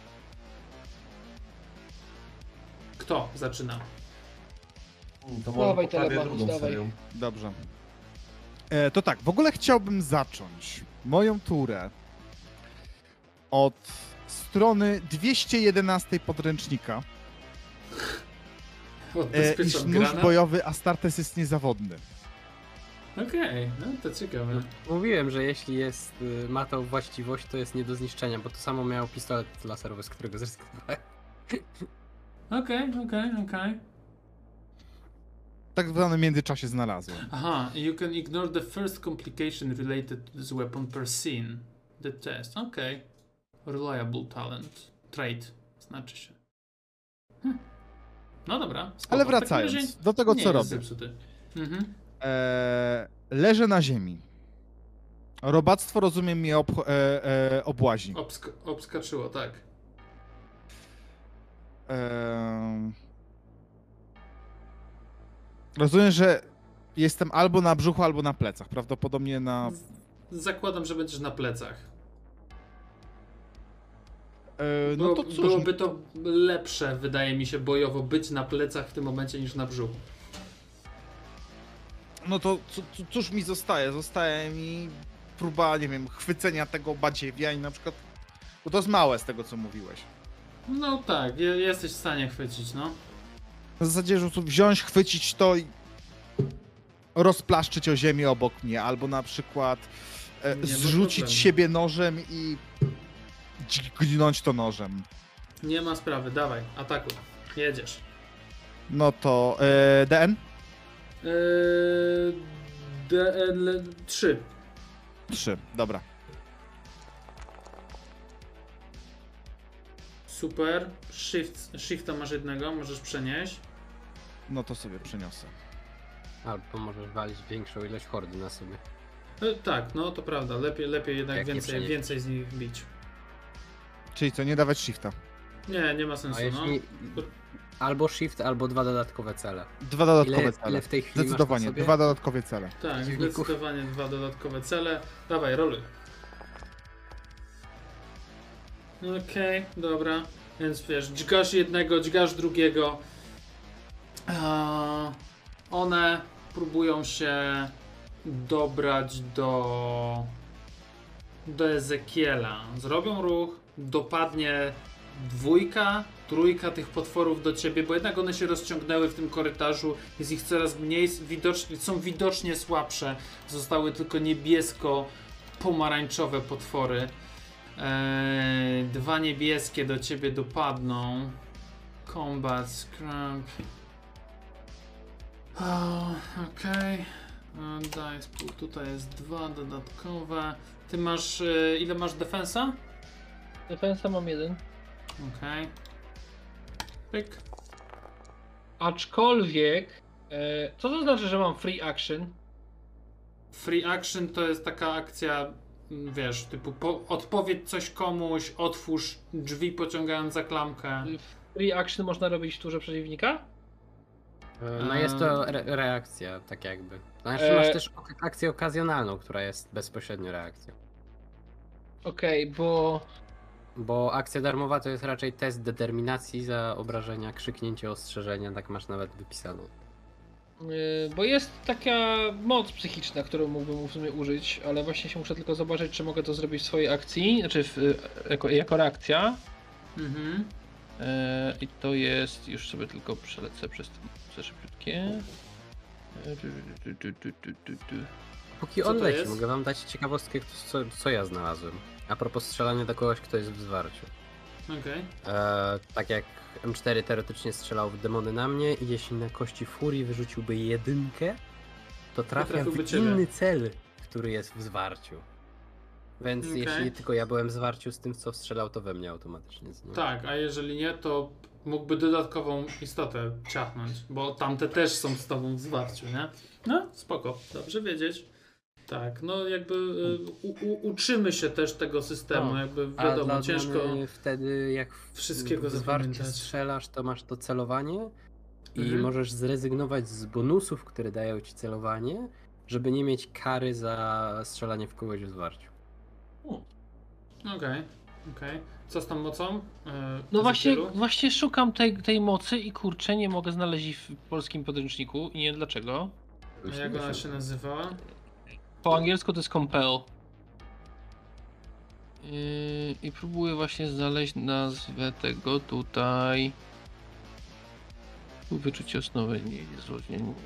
Kto zaczyna? To Dawaj, może poprawię Telemachus, drugą dawaj. serią. Dobrze. E, to tak, w ogóle chciałbym zacząć moją turę od strony dwieście jedenaście podręcznika, e, iż Odbezpieczam nóż granat? bojowy Astartes jest niezawodny. Okej, no to ciekawe. Mówiłem, że jeśli jest, y, ma tą właściwość, to jest nie do zniszczenia, bo to samo miał pistolet laserowy, z którego zrezygnowałem. Okej, okej, okej. Tak w danym międzyczasie znalazłem. Aha, you can ignore the first complication related to this weapon per scene. The test, okej. Reliable talent. Trait, znaczy się. Hm. No dobra, spoko. Ale W takim wracając razie do tego, nie co jest robię. zepsuty. Mhm. E, leżę na ziemi. Robactwo, rozumiem, mnie ob, e, e, obłazi. Obsk obskaczyło, tak. E, rozumiem, że jestem albo na brzuchu, albo na plecach. Prawdopodobnie na... Zakładam, że będziesz na plecach. E, no Było, to cóż, byłoby to lepsze, wydaje mi się, bojowo być na plecach w tym momencie niż na brzuchu. no to c- c- cóż mi zostaje? Zostaje mi próba, nie wiem, chwycenia tego badziewia i na przykład... Bo to jest małe z tego, co mówiłeś. No tak, je, jesteś w stanie chwycić, no. Na zasadzie, że tu wziąć, chwycić to i rozplaszczyć o ziemię obok mnie, albo na przykład e, Nie ma zrzucić problemu. siebie nożem i dźgnąć to nożem. Nie ma sprawy, dawaj, atakuj. Jedziesz. No to e, D N? Eee, D L trzy. trzy, dobra. Super. Shift, shifta masz jednego, możesz przenieść. No to sobie przeniosę. Albo możesz walić większą ilość hordy na sobie. E, tak, no to prawda. Lepiej, lepiej jednak Jak nie więcej, przenieść. więcej z nich bić. Czyli co, nie dawać shifta? Nie, nie ma sensu, A no. jeśli... Albo shift, albo dwa dodatkowe cele. Dwa dodatkowe Ile, cele. ile w tej chwili Zdecydowanie, masz na sobie? dwa dodatkowe cele. Tak, przeciwników? zdecydowanie dwa dodatkowe cele. Dawaj, roluj. Okej, dobra. Więc wiesz, dźgasz jednego, dźgasz drugiego. Eee, one próbują się dobrać do do Ezekiela. Zrobią ruch, dopadnie dwójka, trójka tych potworów do ciebie, bo jednak one się rozciągnęły w tym korytarzu, jest ich coraz mniej, widocznie, są widocznie słabsze. Zostały tylko niebiesko-pomarańczowe potwory. Eee, dwa niebieskie do ciebie dopadną. Combat, scrap. Oh, okej. Okay. Dice pool, tutaj jest dwa dodatkowe. Ty masz, y, ile masz defensa? Defensa mam jeden. Okej. Okay. Pyk. Aczkolwiek, e, co to znaczy, że mam free action? Free action to jest taka akcja, m, wiesz, typu po, odpowiedz coś komuś, otwórz drzwi pociągając za klamkę. Free action można robić w turze przeciwnika? No jest to re reakcja, tak jakby. Znaczy masz też akcję okazjonalną, która jest bezpośrednio reakcją. Okej, okay, bo... Bo akcja darmowa to jest raczej test determinacji za obrażenia, krzyknięcie, ostrzeżenia, tak masz nawet wypisaną. Yy, bo jest taka moc psychiczna, którą mógłbym w sumie użyć, ale właśnie się muszę tylko zobaczyć, czy mogę to zrobić w swojej akcji, znaczy w, jako, jako reakcja. Mhm. Yy, I to jest, już sobie tylko przelecę przez te szybciutkie. Póki Co on to leci, jest? mogę wam dać ciekawostkę, co, co ja znalazłem. A propos strzelania do kogoś, kto jest w zwarciu. Okej. Okay. E, tak jak M cztery teoretycznie strzelał w demony na mnie i jeśli na kości furii wyrzuciłby jedynkę, to trafia w ciebie. inny cel, który jest w zwarciu. Więc Okay. jeśli tylko ja byłem w zwarciu z tym, co strzelał, to we mnie automatycznie. Nie? Tak, a jeżeli nie, to mógłby dodatkową istotę ciachnąć, bo tamte też są z tobą w zwarciu, nie? No, spoko, dobrze wiedzieć. Tak, no jakby y, u, u, uczymy się też tego systemu, No, jakby a wiadomo, dla ciężko odmiany wtedy jak w, wszystkiego w zwarciu zapamiętać. strzelasz, to masz to celowanie i Mhm. możesz zrezygnować z bonusów, które dają ci celowanie, żeby nie mieć kary za strzelanie w kogoś w zwarciu. Okej, okay, okej. Okay. Co z tą mocą? Yy, No właśnie, Ezekielu? właśnie szukam tej, tej mocy i kurczę, nie mogę znaleźć w polskim podręczniku i nie wiem dlaczego. A jak ona się nazywała? Po angielsku to jest compel. Yy, I próbuję właśnie znaleźć nazwę tego tutaj. Tu wyczucie osnowy nie jest nie, nie, nie.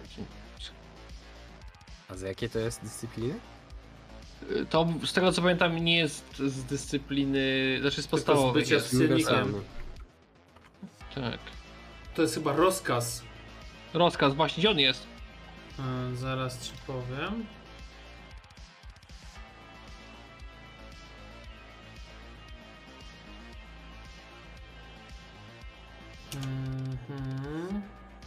A z jakiej to jest dyscypliny? Yy, To z tego co pamiętam nie jest z dyscypliny, znaczy z Tylko z podstawowych bycia jest. cynikiem. Uniwersalny. Tak. To jest chyba rozkaz. Rozkaz, właśnie gdzie on jest? Yy, zaraz ci powiem. Mhm.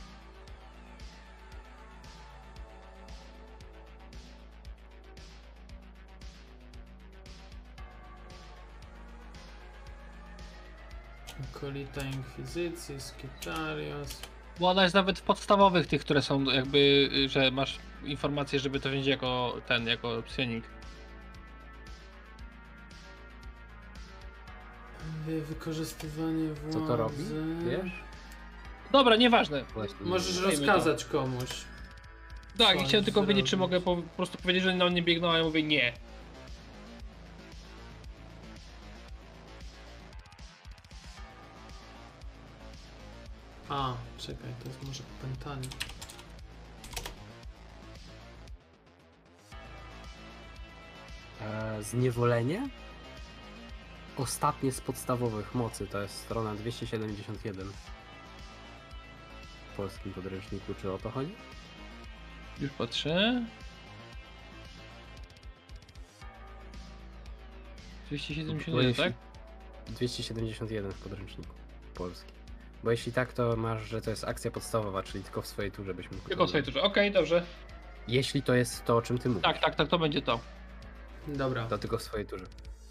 Akolita Inkwizycji, Skitarios. Bo ona jest nawet w podstawowych tych, które są jakby, y, że masz informację, żeby to wziąć jako ten, jako psionik. Wy- Wykorzystywanie władzy. Co to robi? Wiesz? Dobra, nieważne. Właśnie. Możesz Dajmy rozkazać komuś. Tak, Co i chciałem tylko zrobić? wiedzieć, czy mogę po, po prostu powiedzieć, że na mnie biegną, a ja mówię nie. A, czekaj, to jest może opętanie. E, zniewolenie? Ostatnie z podstawowych mocy to jest strona dwieście siedemdziesiąt jeden. W polskim podręczniku, czy o to chodzi? Już patrzę. dwieście siedemdziesiąt jeden, Bo tak? jeśli- dwieście siedemdziesiąt jeden w podręczniku polskim. Bo jeśli tak, to masz, że to jest akcja podstawowa, czyli tylko w swojej turze byśmy mógł Tylko w to swojej zrobić. turze. Okej, dobrze. Jeśli to jest to, o czym ty mówisz, Tak, tak, tak, to będzie to. Dobra. to tylko w swojej turze.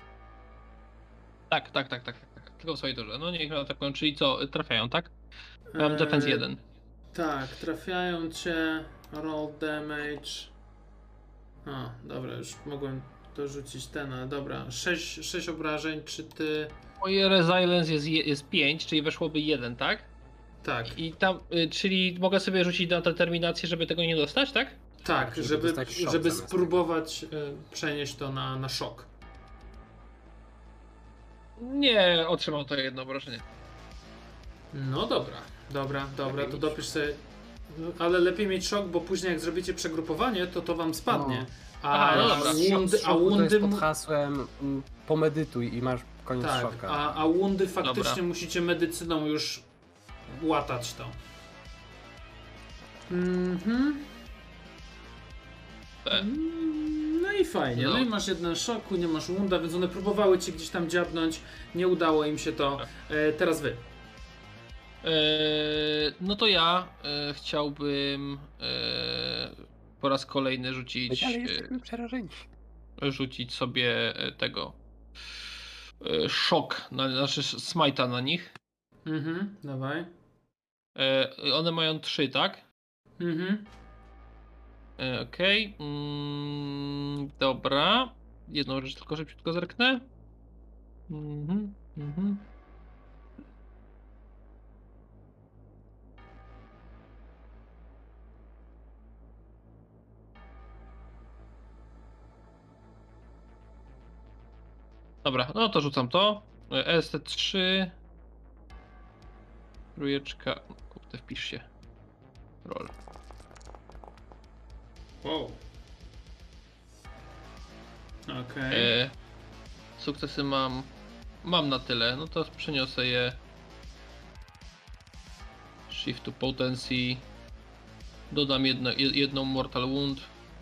Tak, tak, tak, tak, tak, tak. Tylko w swojej turze. No niech na taką, czyli co, trafiają, tak? Mam defense Eee, jeden. Tak, trafiają cię. Roll damage. A, dobra, już mogłem dorzucić ten, ale dobra. sześć obrażeń, czy ty. Moje resilience jest, je- jest pięć, czyli weszłoby jeden, tak? Tak, I tam, y, czyli mogę sobie rzucić na determinację, żeby tego nie dostać, tak? tak, żeby żeby, dostać szok żeby zamiast spróbować y, przenieść to na, na szok. Nie, otrzymam to jedno obrażenie. No dobra, dobra, dobra, Lepiej to mieć dopisz sobie. Ale lepiej mieć szok, bo później jak zrobicie przegrupowanie, to to wam spadnie. A, Aha, no dobra. wundy, Szok- a szoku to wundy, jest pod mu- hasłem mm, pomedytuj i masz koniec tak, szoka. a, a wundy faktycznie Dobra. musicie medycyną już łatać to. Mhm. E. Mm, No i fajnie, no. No. i masz jeden szoku, nie masz wunda, więc one próbowały cię gdzieś tam dziabnąć, nie udało im się to. E, teraz wy. Eee, no to ja e, chciałbym e, po raz kolejny rzucić, Ale e, jesteśmy przerażeni. rzucić sobie e, tego e, szok, na, znaczy smite'a na nich. Mhm, dawaj. E, one mają trzy, tak? Mhm. E, Okej. Mm, dobra. Jedną rzecz tylko szybciutko zerknę. Mhm, mhm. Dobra, no to rzucam to. E, S T trzy. Trójeczka. Kurde, wpisz się. Roll. Wow. Okej. E, sukcesy mam. Mam na tyle. No to przeniosę je. Shift to potency. Dodam jedno, jed- jedną mortal wound.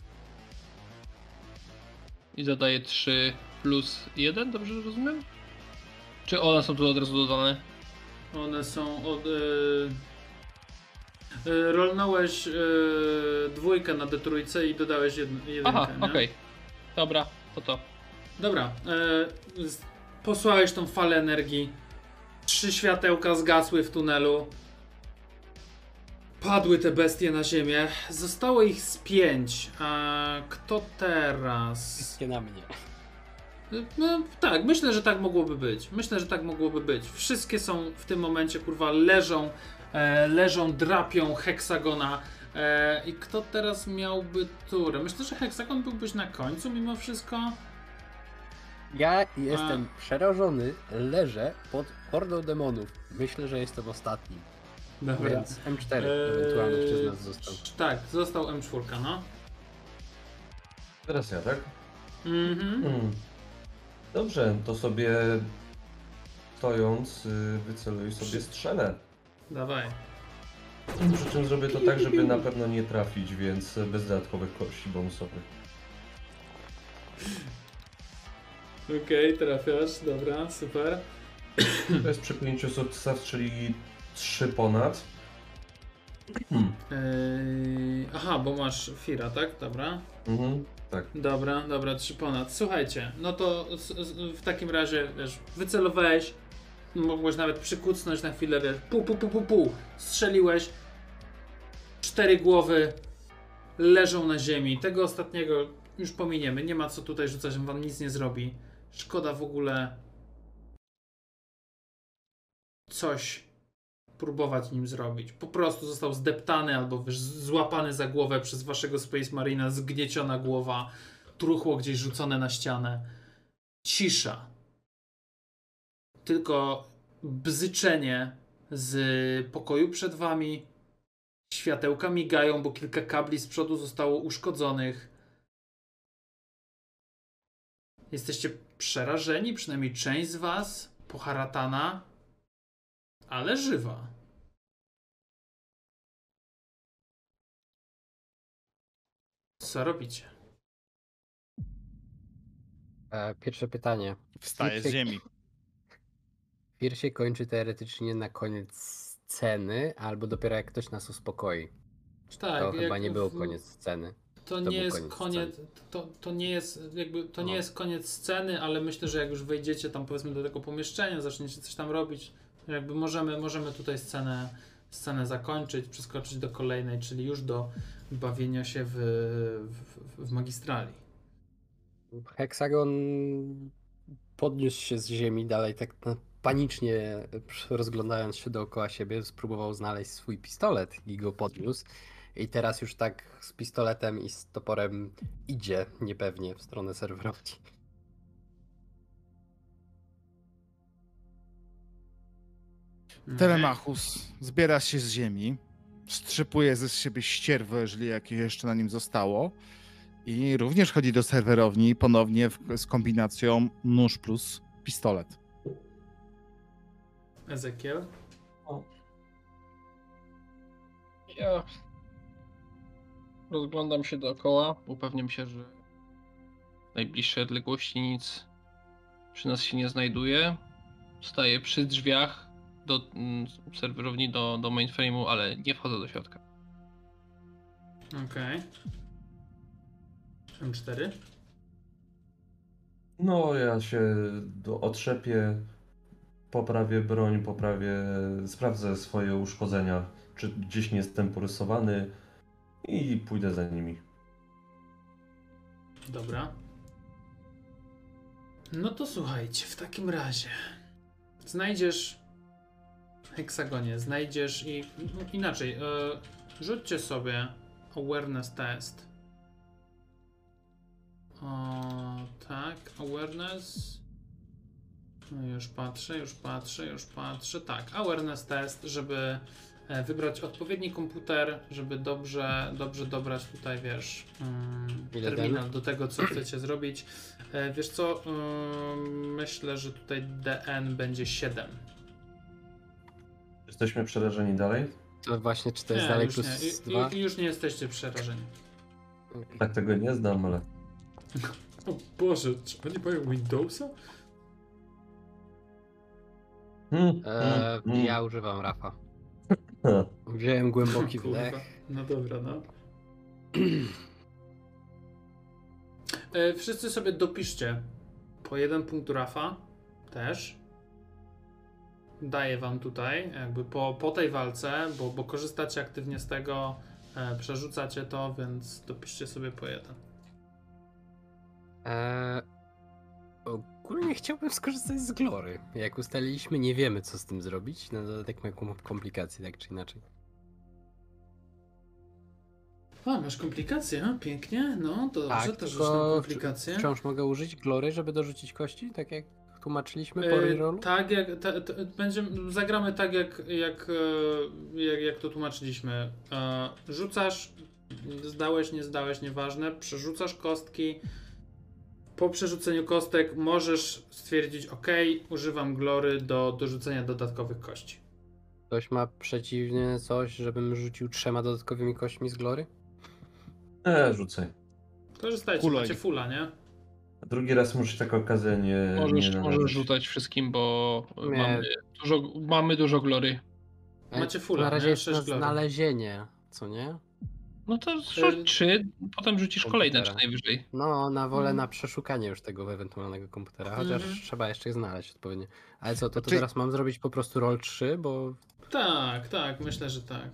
I zadaję trzy plus jeden, dobrze rozumiem? Czy one są tu od razu dodane? One są od... Yy... Yy, rolnąłeś yy, dwójkę na D trójce i dodałeś jed, jedynkę, Aha, nie? okej. Dobra, to to. Dobra, yy, z- posłałeś tą falę energii. Trzy światełka zgasły w tunelu. Padły te bestie na ziemię. Zostało ich z pięć. A kto teraz? Wszystkie na mnie. No, tak, myślę, że tak mogłoby być. Myślę, że tak mogłoby być. Wszystkie są w tym momencie, kurwa, leżą, e, leżą, drapią heksagona. E, I kto teraz miałby turę? Myślę, że heksagon byłbyś na końcu mimo wszystko. Ja jestem przerażony, leżę pod hordą demonów. Myślę, że jestem ostatni. Więc M cztery ewentualnie jeszcze z nas został. Tak, został M cztery, no. Teraz ja, tak? Mhm. Hmm. Dobrze, to sobie stojąc y, wyceluj sobie strzelę. Dawaj. Przy czym zrobię to tak, żeby na pewno nie trafić, więc bez dodatkowych kości bonusowych. Okej, okay, trafiasz, dobra, super. To jest przy pięciu sukcesach, czyli trzy ponad. Hmm. Yy, aha, bo masz Fira, tak? Dobra. Mhm, tak. Dobra, dobra, trzy ponad. Słuchajcie, no to s- s- w takim razie, wiesz, wycelowałeś, mogłeś nawet przykucnąć na chwilę, wiesz, pu, pu, pu, pu, pu, strzeliłeś, cztery głowy leżą na ziemi. Tego ostatniego już pominiemy, nie ma co tutaj rzucać, on wam nic nie zrobi. Szkoda w ogóle coś próbować nim zrobić. Po prostu został zdeptany albo wiesz, złapany za głowę przez waszego Space Marina, zgnieciona głowa, truchło gdzieś rzucone na ścianę. Cisza. Tylko bzyczenie z pokoju przed wami. Światełka migają, bo kilka kabli z przodu zostało uszkodzonych. Jesteście przerażeni, przynajmniej część z was, poharatana, ale żywa. Co robicie? E, pierwsze pytanie. Wstaje z Firsie- ziemi. Fir się kończy teoretycznie na koniec sceny, albo dopiero jak ktoś nas uspokoi. Tak, To chyba jak nie był w- koniec sceny. To To nie był jest koniec koniec, to, to nie jest jakby, to nie No. jest koniec sceny, ale myślę, że jak już wejdziecie tam powiedzmy do tego pomieszczenia, zaczniecie coś tam robić, jakby możemy, możemy tutaj scenę, scenę zakończyć, przeskoczyć do kolejnej, czyli już do bawienia się w, w, w magistrali. Heksagon podniósł się z ziemi dalej tak na panicznie rozglądając się dookoła siebie, spróbował znaleźć swój pistolet i go podniósł. I teraz już tak z pistoletem i z toporem idzie niepewnie w stronę serwerowni. Telemachus zbiera się z ziemi, strzypuje ze siebie ścierwo, jeżeli jakieś jeszcze na nim zostało, i również chodzi do serwerowni ponownie w, z kombinacją nóż plus pistolet. Ezekiel? Ja rozglądam się dookoła, upewniam się, że w najbliższej odległości nic przy nas się nie znajduje. Staję przy drzwiach do mm, serwerowni, do, do mainframe'u, ale nie wchodzę do środka. Okej. Okay. M cztery? No, ja się do, otrzepię, poprawię broń, poprawię, sprawdzę swoje uszkodzenia, czy gdzieś nie jestem porysowany i pójdę za nimi. Dobra. No to słuchajcie, w takim razie znajdziesz w heksagonie, znajdziesz i no, inaczej, yy, rzućcie sobie awareness test. O, tak, awareness. No już patrzę, już patrzę, już patrzę. Tak, awareness test, żeby wybrać odpowiedni komputer, żeby dobrze, dobrze dobrać tutaj, wiesz, um, terminal do tego, co chcecie zrobić. E, wiesz co, um, myślę, że tutaj D N będzie siedem. Jesteśmy przerażeni dalej? To właśnie czy to jest Nie, dalej już plus nie. dwa? I, już nie jesteście przerażeni. Tak tego nie znam, ale... O Boże, czy oni mają Windowsa? Hmm, Eee, hmm, ja używam Rafa. hmm. Wziąłem głęboki Kurwa. wdech. No dobra, no. e, wszyscy sobie dopiszcie po jeden punkt Rafa też. Daję wam tutaj, jakby po, po tej walce, bo, bo korzystacie aktywnie z tego, e, przerzucacie to, więc dopiszcie sobie po jeden. Eee, ogólnie chciałbym skorzystać z Glory. Jak ustaliliśmy, nie wiemy, co z tym zrobić. Na dodatek ma komplikacje, tak czy inaczej. A, masz komplikacje, a? Pięknie, no to Tak, dobrze, to rzuć tylko na komplikacje. Wciąż mogę użyć Glory, żeby dorzucić kości, tak jak tłumaczyliśmy po E, rerollu? tak, jak, ta, ta, będziemy, zagramy tak, jak, jak, e, jak, jak to tłumaczyliśmy. E, rzucasz, zdałeś, nie zdałeś, nieważne, przerzucasz kostki. Po przerzuceniu kostek możesz stwierdzić, ok, używam glory do dorzucenia dodatkowych kości. Ktoś ma przeciwnie coś, żebym rzucił trzema dodatkowymi kośćmi z Glory? E, rzucaj. Korzystajcie, Kulej. macie fulla, nie? Drugi raz muszę taką okazję nie... Możesz, nie możesz narazić. rzucać wszystkim, bo Nie. mamy dużo, mamy dużo glory. Macie E, fulla, Na razie nie? jest Sześć na glory. znalezienie, co nie? No to Y- rzuć trzy, potem rzucisz kolejne Komputera. czy najwyżej. No, na wolę Mhm. na przeszukanie już tego ewentualnego komputera, chociaż Mhm. trzeba jeszcze znaleźć odpowiednio. Ale co, to, to Znaczy- teraz mam zrobić po prostu roll trzy, bo Tak, tak, myślę, że tak.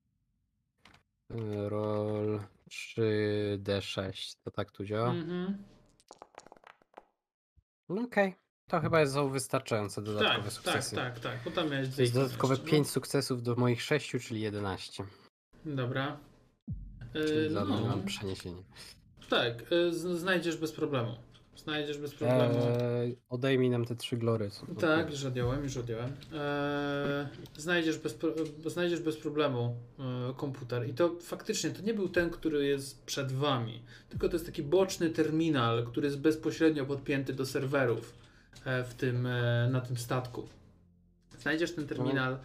y, roll trzy d sześć, to tak tu działa? Mhm. No okej, to chyba jest za wystarczające dodatkowe Tak, tak, sukcesy. tak, tak, bo tam miałeś To jest dwie dodatkowe jeszcze, no. pięć sukcesów do moich sześciu, czyli jedenaście. Dobra. Czyli Yy, za no, mam przeniesienie. tak, yy, z- znajdziesz bez problemu. Znajdziesz bez problemu. Eee, odejmij nam te trzy glory. co- Tak, już odjąłem, już odjąłem. Eee, znajdziesz, bez, pro- znajdziesz bez problemu e, komputer. I to faktycznie to nie był ten, który jest przed wami, tylko to jest taki boczny terminal, który jest bezpośrednio podpięty do serwerów e, w tym, e, na tym statku. Znajdziesz ten terminal.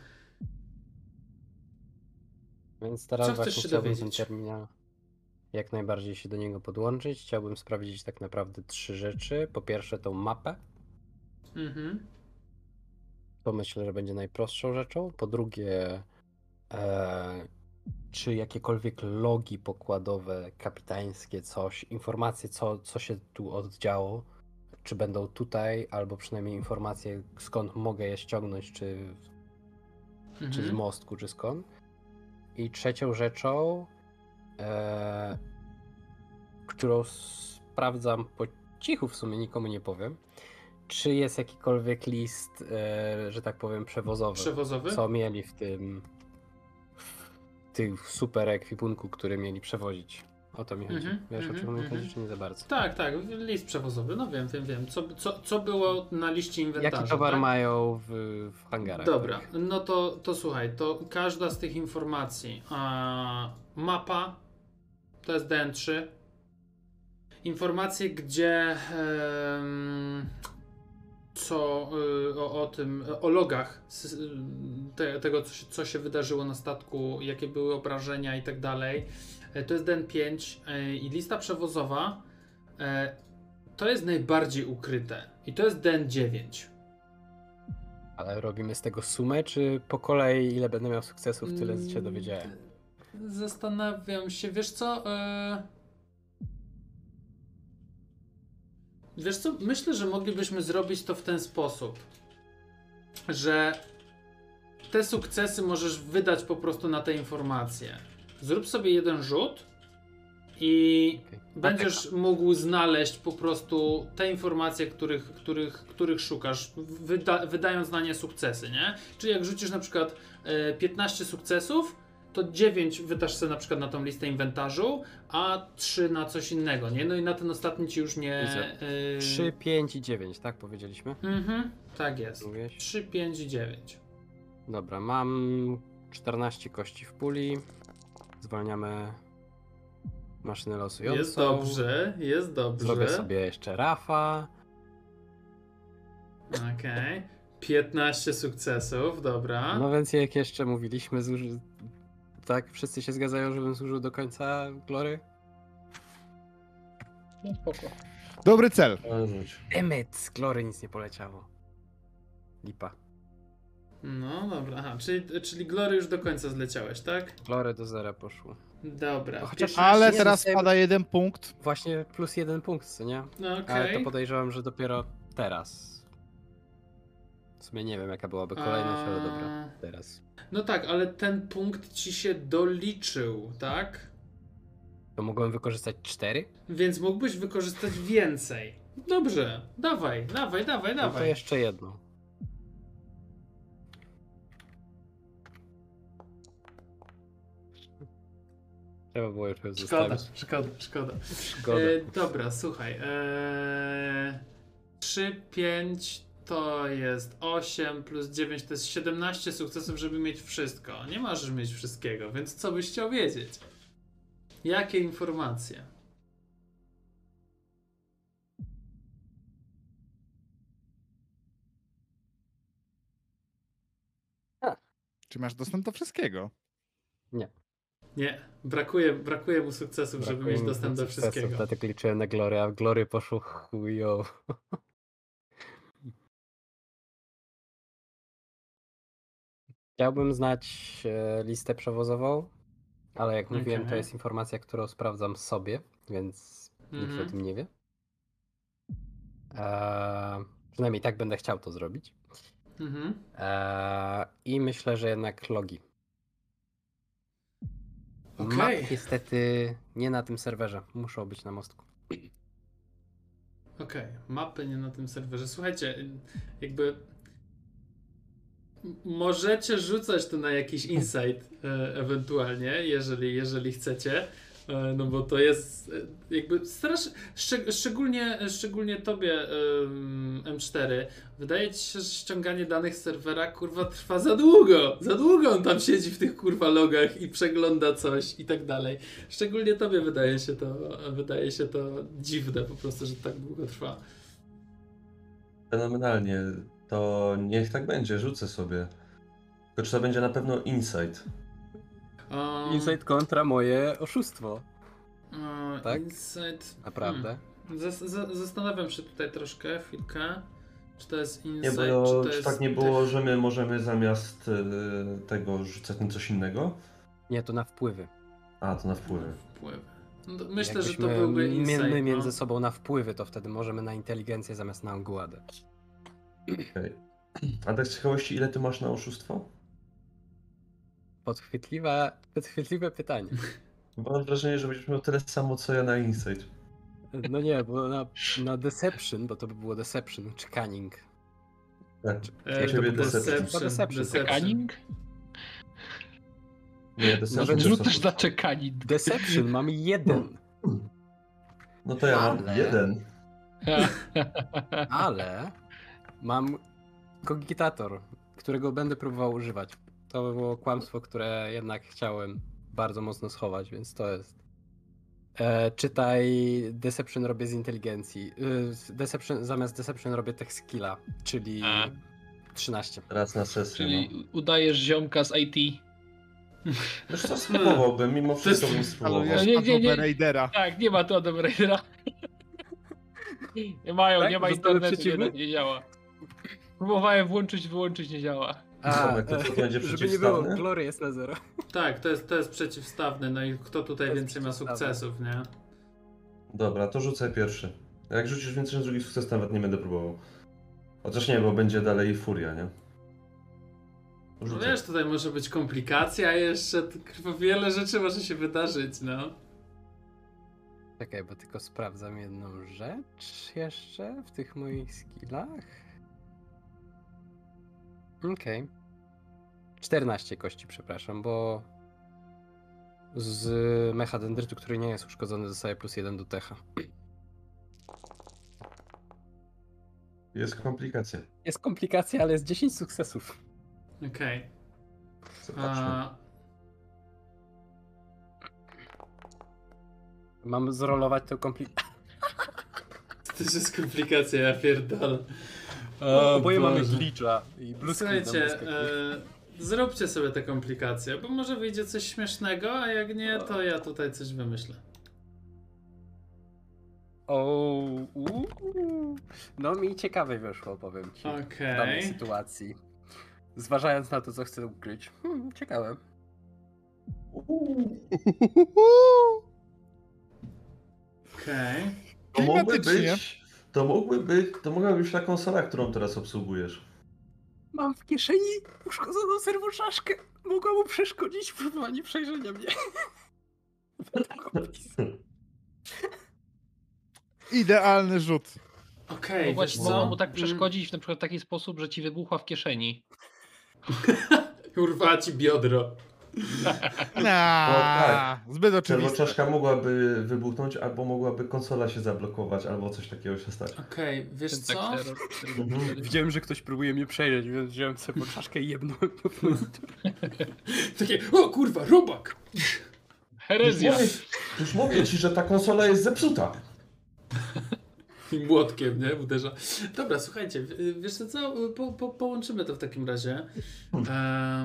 Więc teraz Co chcesz właśnie się chciałbym ten dowiedzieć? terminal jak najbardziej się do niego podłączyć. Chciałbym sprawdzić tak naprawdę trzy rzeczy. Po pierwsze tą mapę. Mhm. To myślę, że będzie najprostszą rzeczą. Po drugie, e, czy jakiekolwiek logi pokładowe, kapitańskie, coś, informacje, co, co się tu oddziało, czy będą tutaj, albo przynajmniej informacje, skąd mogę je ściągnąć, czy, czy z Mhm. mostku, czy skąd. I trzecią rzeczą, e, którą sprawdzam po cichu, w sumie nikomu nie powiem, czy jest jakikolwiek list, e, że tak powiem, przewozowy? Przewozowy? Co mieli w tym w tym super ekwipunku, który mieli przewozić? O to mi chodzi. Mhm, Wiesz, o mhm, czym mi mhm. chodzi, czy nie za bardzo? Tak, tak, list przewozowy, no wiem, wiem, wiem. Co, co, co było na liście inwentarza? Jaki towar tak? mają w, w hangarach? Dobra, Tak? no to, to słuchaj, to każda z tych informacji, a, mapa, to jest D N trzy, informacje, gdzie em, co y, o, o tym, o logach s- te, tego, co się, co się wydarzyło na statku, jakie były obrażenia i tak dalej, e, to jest D N pięć e, i lista przewozowa, e, to jest najbardziej ukryte i to jest D N dziewięć. Ale robimy z tego sumę, czy po kolei ile będę miał sukcesów, tyle Mm, się dowiedziałem? Zastanawiam się, wiesz co? E... Wiesz co? Myślę, że moglibyśmy zrobić to w ten sposób, że te sukcesy możesz wydać po prostu na te informacje. Zrób sobie jeden rzut i Okej. będziesz mógł znaleźć po prostu te informacje, których, których, których szukasz, wyda wydając na nie sukcesy, nie? Czyli jak rzucisz na przykład e, piętnaście sukcesów, to dziewięć wydasz sobie na przykład na tą listę inwentarzu, a trzy na coś innego, nie? No i na ten ostatni ci już nie... Widzę. e, trzy, pięć i dziewięć, tak powiedzieliśmy? Mhm, tak jest. Mówiłeś? trzy, pięć i dziewięć. Dobra, mam czternaście kości w puli. Zwalniamy maszynę losującą. Jest dobrze, jest dobrze. Zrobię sobie jeszcze Rafa. Okej. piętnaście sukcesów, dobra. No więc jak jeszcze mówiliśmy, zuży... tak, wszyscy się zgadzają, żebym zużył do końca Glory? No spoko. Dobry cel. Ale rzuć. Emmet, z Glory nic nie poleciało. Lipa. No dobra, aha, czyli, czyli Glory już do końca zleciałeś, tak? Glory do zera poszło. Dobra. No chociaż- piętnaście Ale nie, teraz dostajemy- spada jeden punkt. Właśnie plus jeden punkt, co nie? No Ale okej. to podejrzewam, że dopiero teraz. W sumie nie wiem, jaka byłaby kolejność, ale dobra, A, teraz. No tak, ale ten punkt ci się doliczył, tak? To mogłem wykorzystać cztery? Więc mógłbyś wykorzystać więcej. Dobrze, dawaj, dawaj, dawaj, No to dawaj. jeszcze jedno. Trzeba było już ją Szkoda, zostawić. szkoda, szkoda. Szkoda. E, dobra, słuchaj. E, trzy, pięć to jest osiem plus dziewięć to jest siedemnaście sukcesów, żeby mieć wszystko. Nie możesz mieć wszystkiego, więc co byś chciał wiedzieć? Jakie informacje? Czy masz dostęp do wszystkiego? Nie, brakuje, brakuje mu sukcesów, żeby Brakuje mieć mi dostęp do sukcesów, wszystkiego. Dlatego liczyłem na Glory, a w Glory poszło chujowo. Chciałbym znać e, listę przewozową, ale jak mówiłem, to Okej. jest informacja, którą sprawdzam sobie, więc nikt Mhm. o tym nie wie. Eee, przynajmniej tak będę chciał to zrobić. Mhm. Eee, I myślę, że jednak logi. Okej. Map niestety nie na tym serwerze, muszą być na mostku. Okej, mapy nie na tym serwerze. Słuchajcie, jakby m- możecie rzucać to na jakiś insight e, ewentualnie, jeżeli, jeżeli chcecie. E, no bo to jest e, jakby strasz... Szczeg szczególnie, szczególnie tobie em, M cztery. Wydaje ci się, że ściąganie danych z serwera kurwa trwa za długo. Za długo on tam siedzi w tych kurwa logach i przegląda coś i tak dalej. Szczególnie tobie wydaje się to, wydaje się to dziwne po prostu, że tak długo trwa. Fenomenalnie. To niech tak będzie, rzucę sobie. Tylko czy to będzie na pewno insight? Um, Insight kontra moje oszustwo. e, tak? Insight. Naprawdę. Hmm. Zas za zastanawiam się tutaj troszkę, chwilkę. Czy to jest Nie, insight, bo czy to czy jest... tak nie było, że my możemy zamiast y, tego rzucać na coś innego? Nie, to na wpływy. A, to na wpływy. Wpływy. No to myślę, że to Jakbyśmy byłby my- insight. My między no. sobą na wpływy, to wtedy możemy na inteligencję zamiast na ogładę. Okej. A tak z ciekawości, ile ty masz na oszustwo? Podchwytliwe, podchwytliwe pytanie. Bo mam wrażenie, że będziesz miał tyle samo, co ja na insight. No nie, bo na, na Deception, bo to by było Deception, czy Cunning. Tak. E, Ciebie to Deception. Deception. Deception. Deception. Cunning? Nie, Deception. Nawet to Rzucasz są- na czekanin. Deception mam jeden, No to ja mam Ale- jeden. ale mam Kogitator, którego będę próbował używać. To by było kłamstwo, które jednak chciałem bardzo mocno schować, więc to jest. E, czytaj Deception robię z inteligencji. Y, Deception, zamiast Deception robię tech skilla, czyli A. trzynaście. Teraz na sesję. No. Czyli udajesz ziomka z I T. Wiesz co, spróbowałbym, mimo wszystko bym spróbował. Alujesz nie, nie, nie. Tomb Raidera. Tak, nie ma tu Adam Raidera. Nie mają, Tak? nie ma Zostały internetu, przeciwne? nie, nie działa. Próbowałem włączyć, wyłączyć, nie działa. Tomek, to e, co będzie żeby nie było, przeciwstawny? Glory jest na zero. Tak, to jest, to jest przeciwstawny, no i kto tutaj To jest więcej ma przeciwstawny. sukcesów, nie? Dobra, to rzucę pierwszy. Jak rzucisz więcej niż drugi sukces, nawet nie będę próbował. Chociaż nie, bo będzie dalej furia, nie? No Rzucę. wiesz, tutaj może być komplikacja jeszcze, to chyba wiele rzeczy może się wydarzyć, no. Czekaj, bo tylko sprawdzam jedną rzecz jeszcze w tych moich skillach. Okej. czternaście kości, przepraszam, bo z mechadendrytu, który nie jest uszkodzony, dostaje plus jeden do techa. Jest komplikacja. Jest komplikacja, ale jest dziesięć sukcesów. Okej. Zobaczmy. A, Mam zrolować tę komplikację. To też jest komplikacja, ja pierdolę. Oboje mamy Boże. glitcha i blue screen nam Słuchajcie, wyskakuje. e, zróbcie sobie tę komplikację, bo może wyjdzie coś śmiesznego, a jak nie, to ja tutaj coś wymyślę. O, uuu. No mi ciekawie wyszło, powiem ci, w danej Okej. sytuacji. Zważając na to, co chcę ukryć. Hmm, ciekawe. Okej. To mogły Klimatycznie. być... To mogły być... To mogła być ta konsola, którą teraz obsługujesz. Mam w kieszeni uszkodzoną serwoczaszkę. Mogła mu przeszkodzić w próbowaniu przejrzenia mnie. Idealny rzut. Okej, Mogła, wiesz mogła co? mu tak Mm, przeszkodzić na przykład w taki sposób, że ci wybuchła w kieszeni. Urwała ci biodro. Aaaa, zbyt oczywiste. Czerwoczaszka mogłaby wybuchnąć, albo mogłaby konsola się zablokować, albo coś takiego się stać. Okej, wiesz Ten co? tak teraz- Mhm. Widziałem, że ktoś próbuje mnie przejrzeć, więc wziąłem serwoczaszkę i jebnąłem po monitor. Takie, o kurwa, robak! Już Herezja! mówię, już mówię ci, że ta konsola jest zepsuta. I młotkiem, nie? Uderza. Dobra, słuchajcie, w- wiesz co? Po, po, połączymy to w takim razie. E...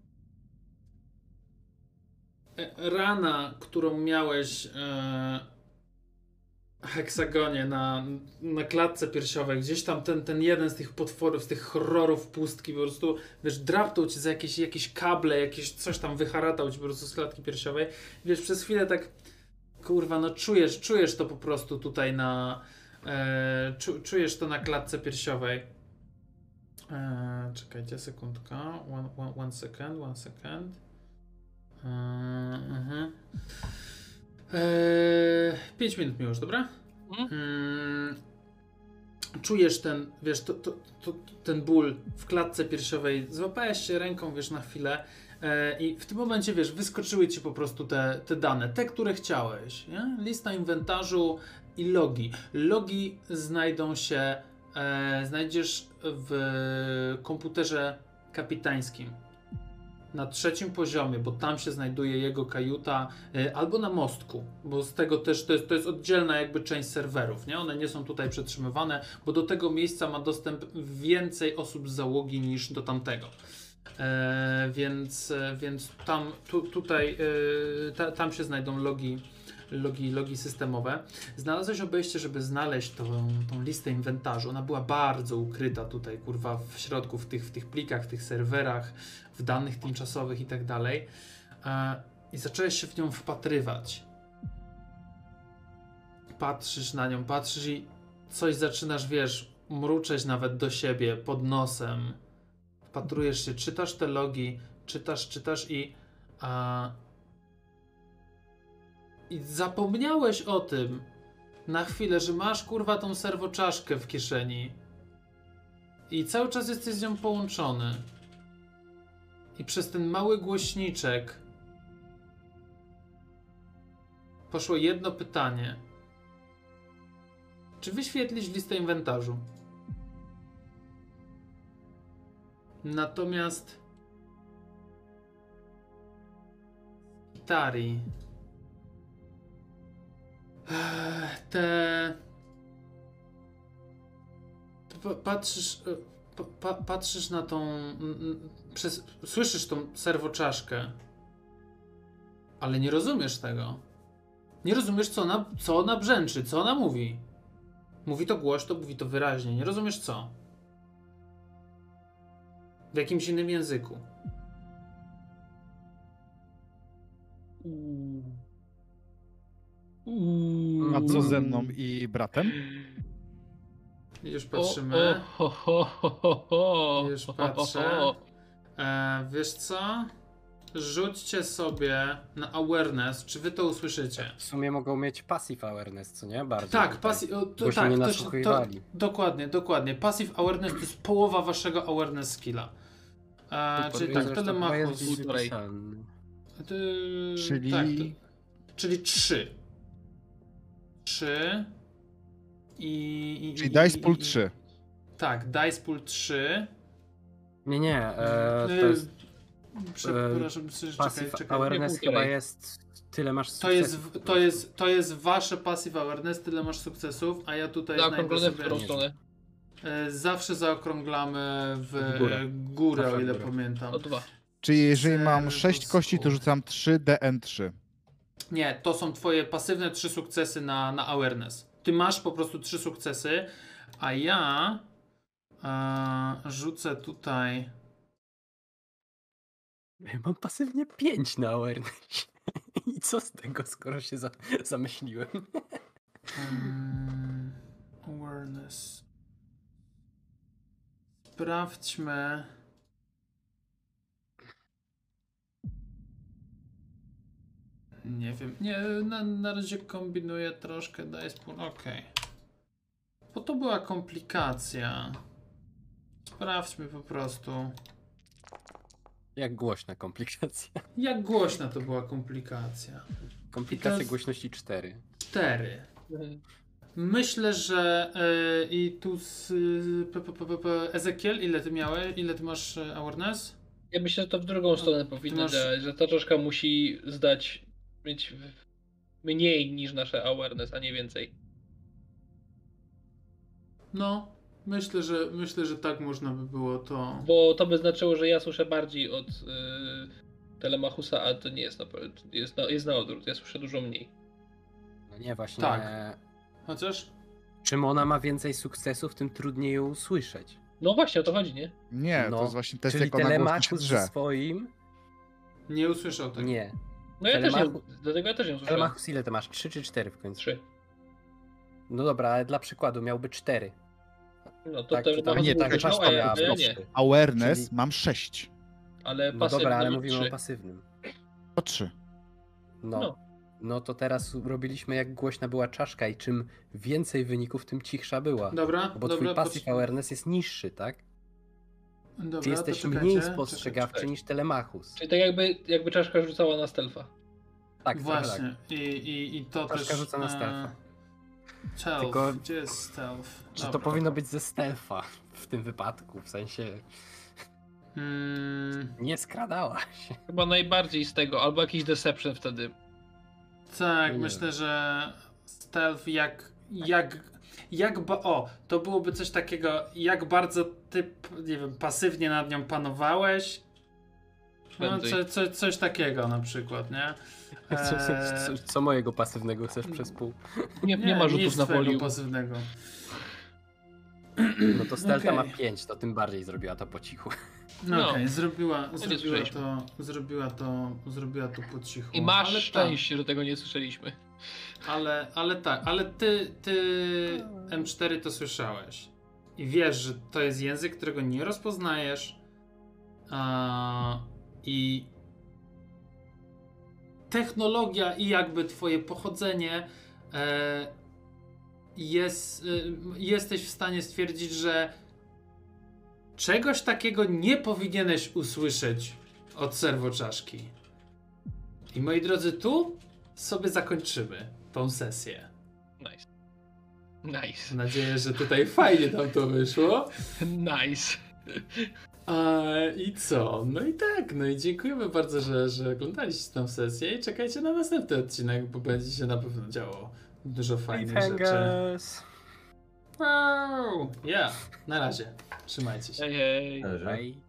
e, Rana, którą miałeś e... heksagonie na, na klatce piersiowej, gdzieś tam ten, ten jeden z tych potworów, z tych horrorów pustki po prostu, wiesz, drapnął ci za jakieś, jakieś kable, jakieś coś tam wyharatał ci po prostu z klatki piersiowej. Wiesz, przez chwilę tak, kurwa, no czujesz, czujesz to po prostu tutaj na, e, czu, czujesz to na klatce piersiowej. E, czekajcie, sekundka, one, one, one second, one second. E, mhm. Eee, pięć minut mi już, dobra? Mhm. Mm, czujesz ten, wiesz, to, to, to, ten ból w klatce piersiowej, złapałeś się ręką, wiesz, na chwilę e, i w tym momencie, wiesz, wyskoczyły ci po prostu te, te dane, te, które chciałeś, nie? Lista inwentarzu i logi. Logi znajdą się, e, znajdziesz w komputerze kapitańskim. Na trzecim poziomie, bo tam się znajduje jego kajuta, y, albo na mostku, bo z tego też to jest, to jest oddzielna jakby część serwerów, nie? One nie są tutaj przetrzymywane, bo do tego miejsca ma dostęp więcej osób z załogi niż do tamtego. E, więc, e, więc tam, tu, tutaj, e, ta, tam się znajdą logi, logi, logi systemowe. Znalazłeś obejście, żeby znaleźć tą, tą listę inwentarzu. Ona była bardzo ukryta tutaj, kurwa, w środku, w tych, w tych plikach, w tych serwerach, w danych tymczasowych i tak dalej. E, I zacząłeś się w nią wpatrywać. Patrzysz na nią, patrzysz i coś zaczynasz, wiesz, mruczeć nawet do siebie pod nosem. Wpatrujesz się, czytasz te logi, czytasz, czytasz i a, i zapomniałeś o tym, na chwilę, że masz kurwa tą serwoczaszkę w kieszeni i cały czas jesteś z nią połączony. I przez ten mały głośniczek poszło jedno pytanie. Czy wyświetlić listę inwentarzu? Natomiast Kitari te pa- patrzysz pa- pa- patrzysz na tą przez, słyszysz tą serwoczaszkę, ale nie rozumiesz tego. Nie rozumiesz, co ona, co ona brzęczy, co ona mówi. Mówi to głośno, mówi to wyraźnie. Nie rozumiesz co. W jakimś innym języku. A co ze mną i bratem? Już patrzymy. O, o, ho, ho, ho, ho. Już Ho, ho, ho, patrzę. ho. E, wiesz co? Rzućcie sobie na awareness, czy wy to usłyszycie. W sumie mogą mieć passive awareness, co nie? Bardziej Tak, tutaj, passive, o, to, bo się tak, nie to, to, nasłuchiwali. dokładnie, dokładnie. Passive awareness to jest połowa waszego awareness skilla. E, Super, czyli to tak, zresztą tyle ma chyba jest plus. gdzieś półtorej. wypisane. Ty, Czyli- Tak, to, czyli trzy. trzy. I, i, Czyli i- dice i- pool i- trzy. Tak, dice pool trzy. Nie, nie, e, to E, jest Przepraszam, czekaj, passive czekaj. awareness nie chyba półtorej. jest tyle masz To sukcesów jest, po to, prostu. jest, to jest wasze passive awareness, tyle masz sukcesów, a ja tutaj znajdę Zaokrąglone w sobie... którą stronę? E, Zawsze zaokrąglamy w, W górę. e, górę, Zawsze o w ile górę. pamiętam. O dwa. Czyli jeżeli mam Serwo sześć kości, to school. rzucam trzy D N trzy. Nie, to są twoje pasywne trzy sukcesy na, na awareness. Ty masz po prostu trzy sukcesy, a ja e, rzucę tutaj... Ja mam pasywnie pięć na awareness. I co z tego, skoro się za, zamyśliłem? Um, awareness. Sprawdźmy. Nie wiem. Nie, na, na razie kombinuję troszkę. Daj spół. Okej. Bo to była komplikacja. Sprawdźmy po prostu. Jak głośna komplikacja. Jak głośna to była komplikacja. Komplikacja I to- głośności cztery. Cztery. Myślę, że yy, i tu z yy, p, p, p, p, Ezekiel, ile ty miałeś? Ile ty masz e, awareness? Ja myślę, że to w drugą stronę powinno masz- działać, że ta czaszka musi zdać, mieć w- mniej niż nasze awareness, a nie więcej. No, myślę, że myślę, że tak można by było to. Bo to by znaczyło, że ja słyszę bardziej od y, Telemachusa, a to nie jest na, jest na, jest na odwrót, ja słyszę dużo mniej. No nie, właśnie. Tak. Chociaż? Czym ona ma więcej sukcesów, tym trudniej ją usłyszeć. No właśnie, o to chodzi, nie? Nie, No, to jest właśnie test, Czyli jak ona głośno się Telemachus drze. ze swoim? Nie usłyszał tego. Nie. No ja też nie, Telemachu- dlatego ja też nie słyszę. Telemachus ile ty masz? trzy czy cztery w końcu? Trzy. No dobra, ale dla przykładu miałby cztery. No to Tak, tak, czy tam- nie, tak, no, czaszka a ja, miała a ja plus. nie. Awareness Czyli- mam sześć. Ale No pasywny dobra, ale mi mówimy trzy. o pasywnym. To trzy. No. No. no. to teraz robiliśmy jak głośna była czaszka i czym więcej wyników, tym cichsza była. Dobra, Bo dobra, twój passive pos- awareness jest niższy, tak? dobra, Ty jesteś to mniej czekajcie, spostrzegawczy czekaj. niż Telemachus. Czyli tak jakby, jakby czaszka rzucała na stealtha. Tak, trochę Właśnie. I, i, i to Troszkę też. rzuca na stealtha. e, Stealth. Tylko- Gdzie jest stealth? tak. Czy to Dobra. powinno być ze stealtha w tym wypadku? W sensie Mm, nie skradała się. Chyba najbardziej z tego, albo jakiś deception wtedy. tak, Nie myślę, że stealth jak. jak jak ba- o, to byłoby coś takiego, jak bardzo ty, nie wiem, pasywnie nad nią panowałeś. No, Prędzej. co, co, coś takiego na przykład, nie? Co, co, Eee, co, co mojego pasywnego chcesz przez pół? Nie, nie, ma nic rzutów na twojego volume. pasywnego. No to stealtha ma Okej. pięć, to tym bardziej zrobiła to po cichu. No, No. okej, zrobiła, nie zrobiła słyszeliśmy. to, zrobiła to, zrobiła to po cichu. I masz ale tak, szczęście, że tego nie słyszeliśmy. ale, ale tak, ale ty, ty M cztery to słyszałeś. I wiesz, że to jest język, którego nie rozpoznajesz. A, I technologia i jakby twoje pochodzenie e, jest, y, jesteś w stanie stwierdzić, że czegoś takiego nie powinieneś usłyszeć od serwoczaszki. I moi drodzy, tu sobie zakończymy tą sesję. Nice. Nice. Mam nadzieję, że tutaj fajnie nam to wyszło. Nice. A, I co? No i tak, no i dziękujemy bardzo, że, że oglądaliście tę sesję i czekajcie na następny odcinek, bo będzie się na pewno działo dużo fajnych rzeczy. Cliffhangers. Wow! Ja, na razie. Trzymajcie się. Hej, hej. Należy. Bye.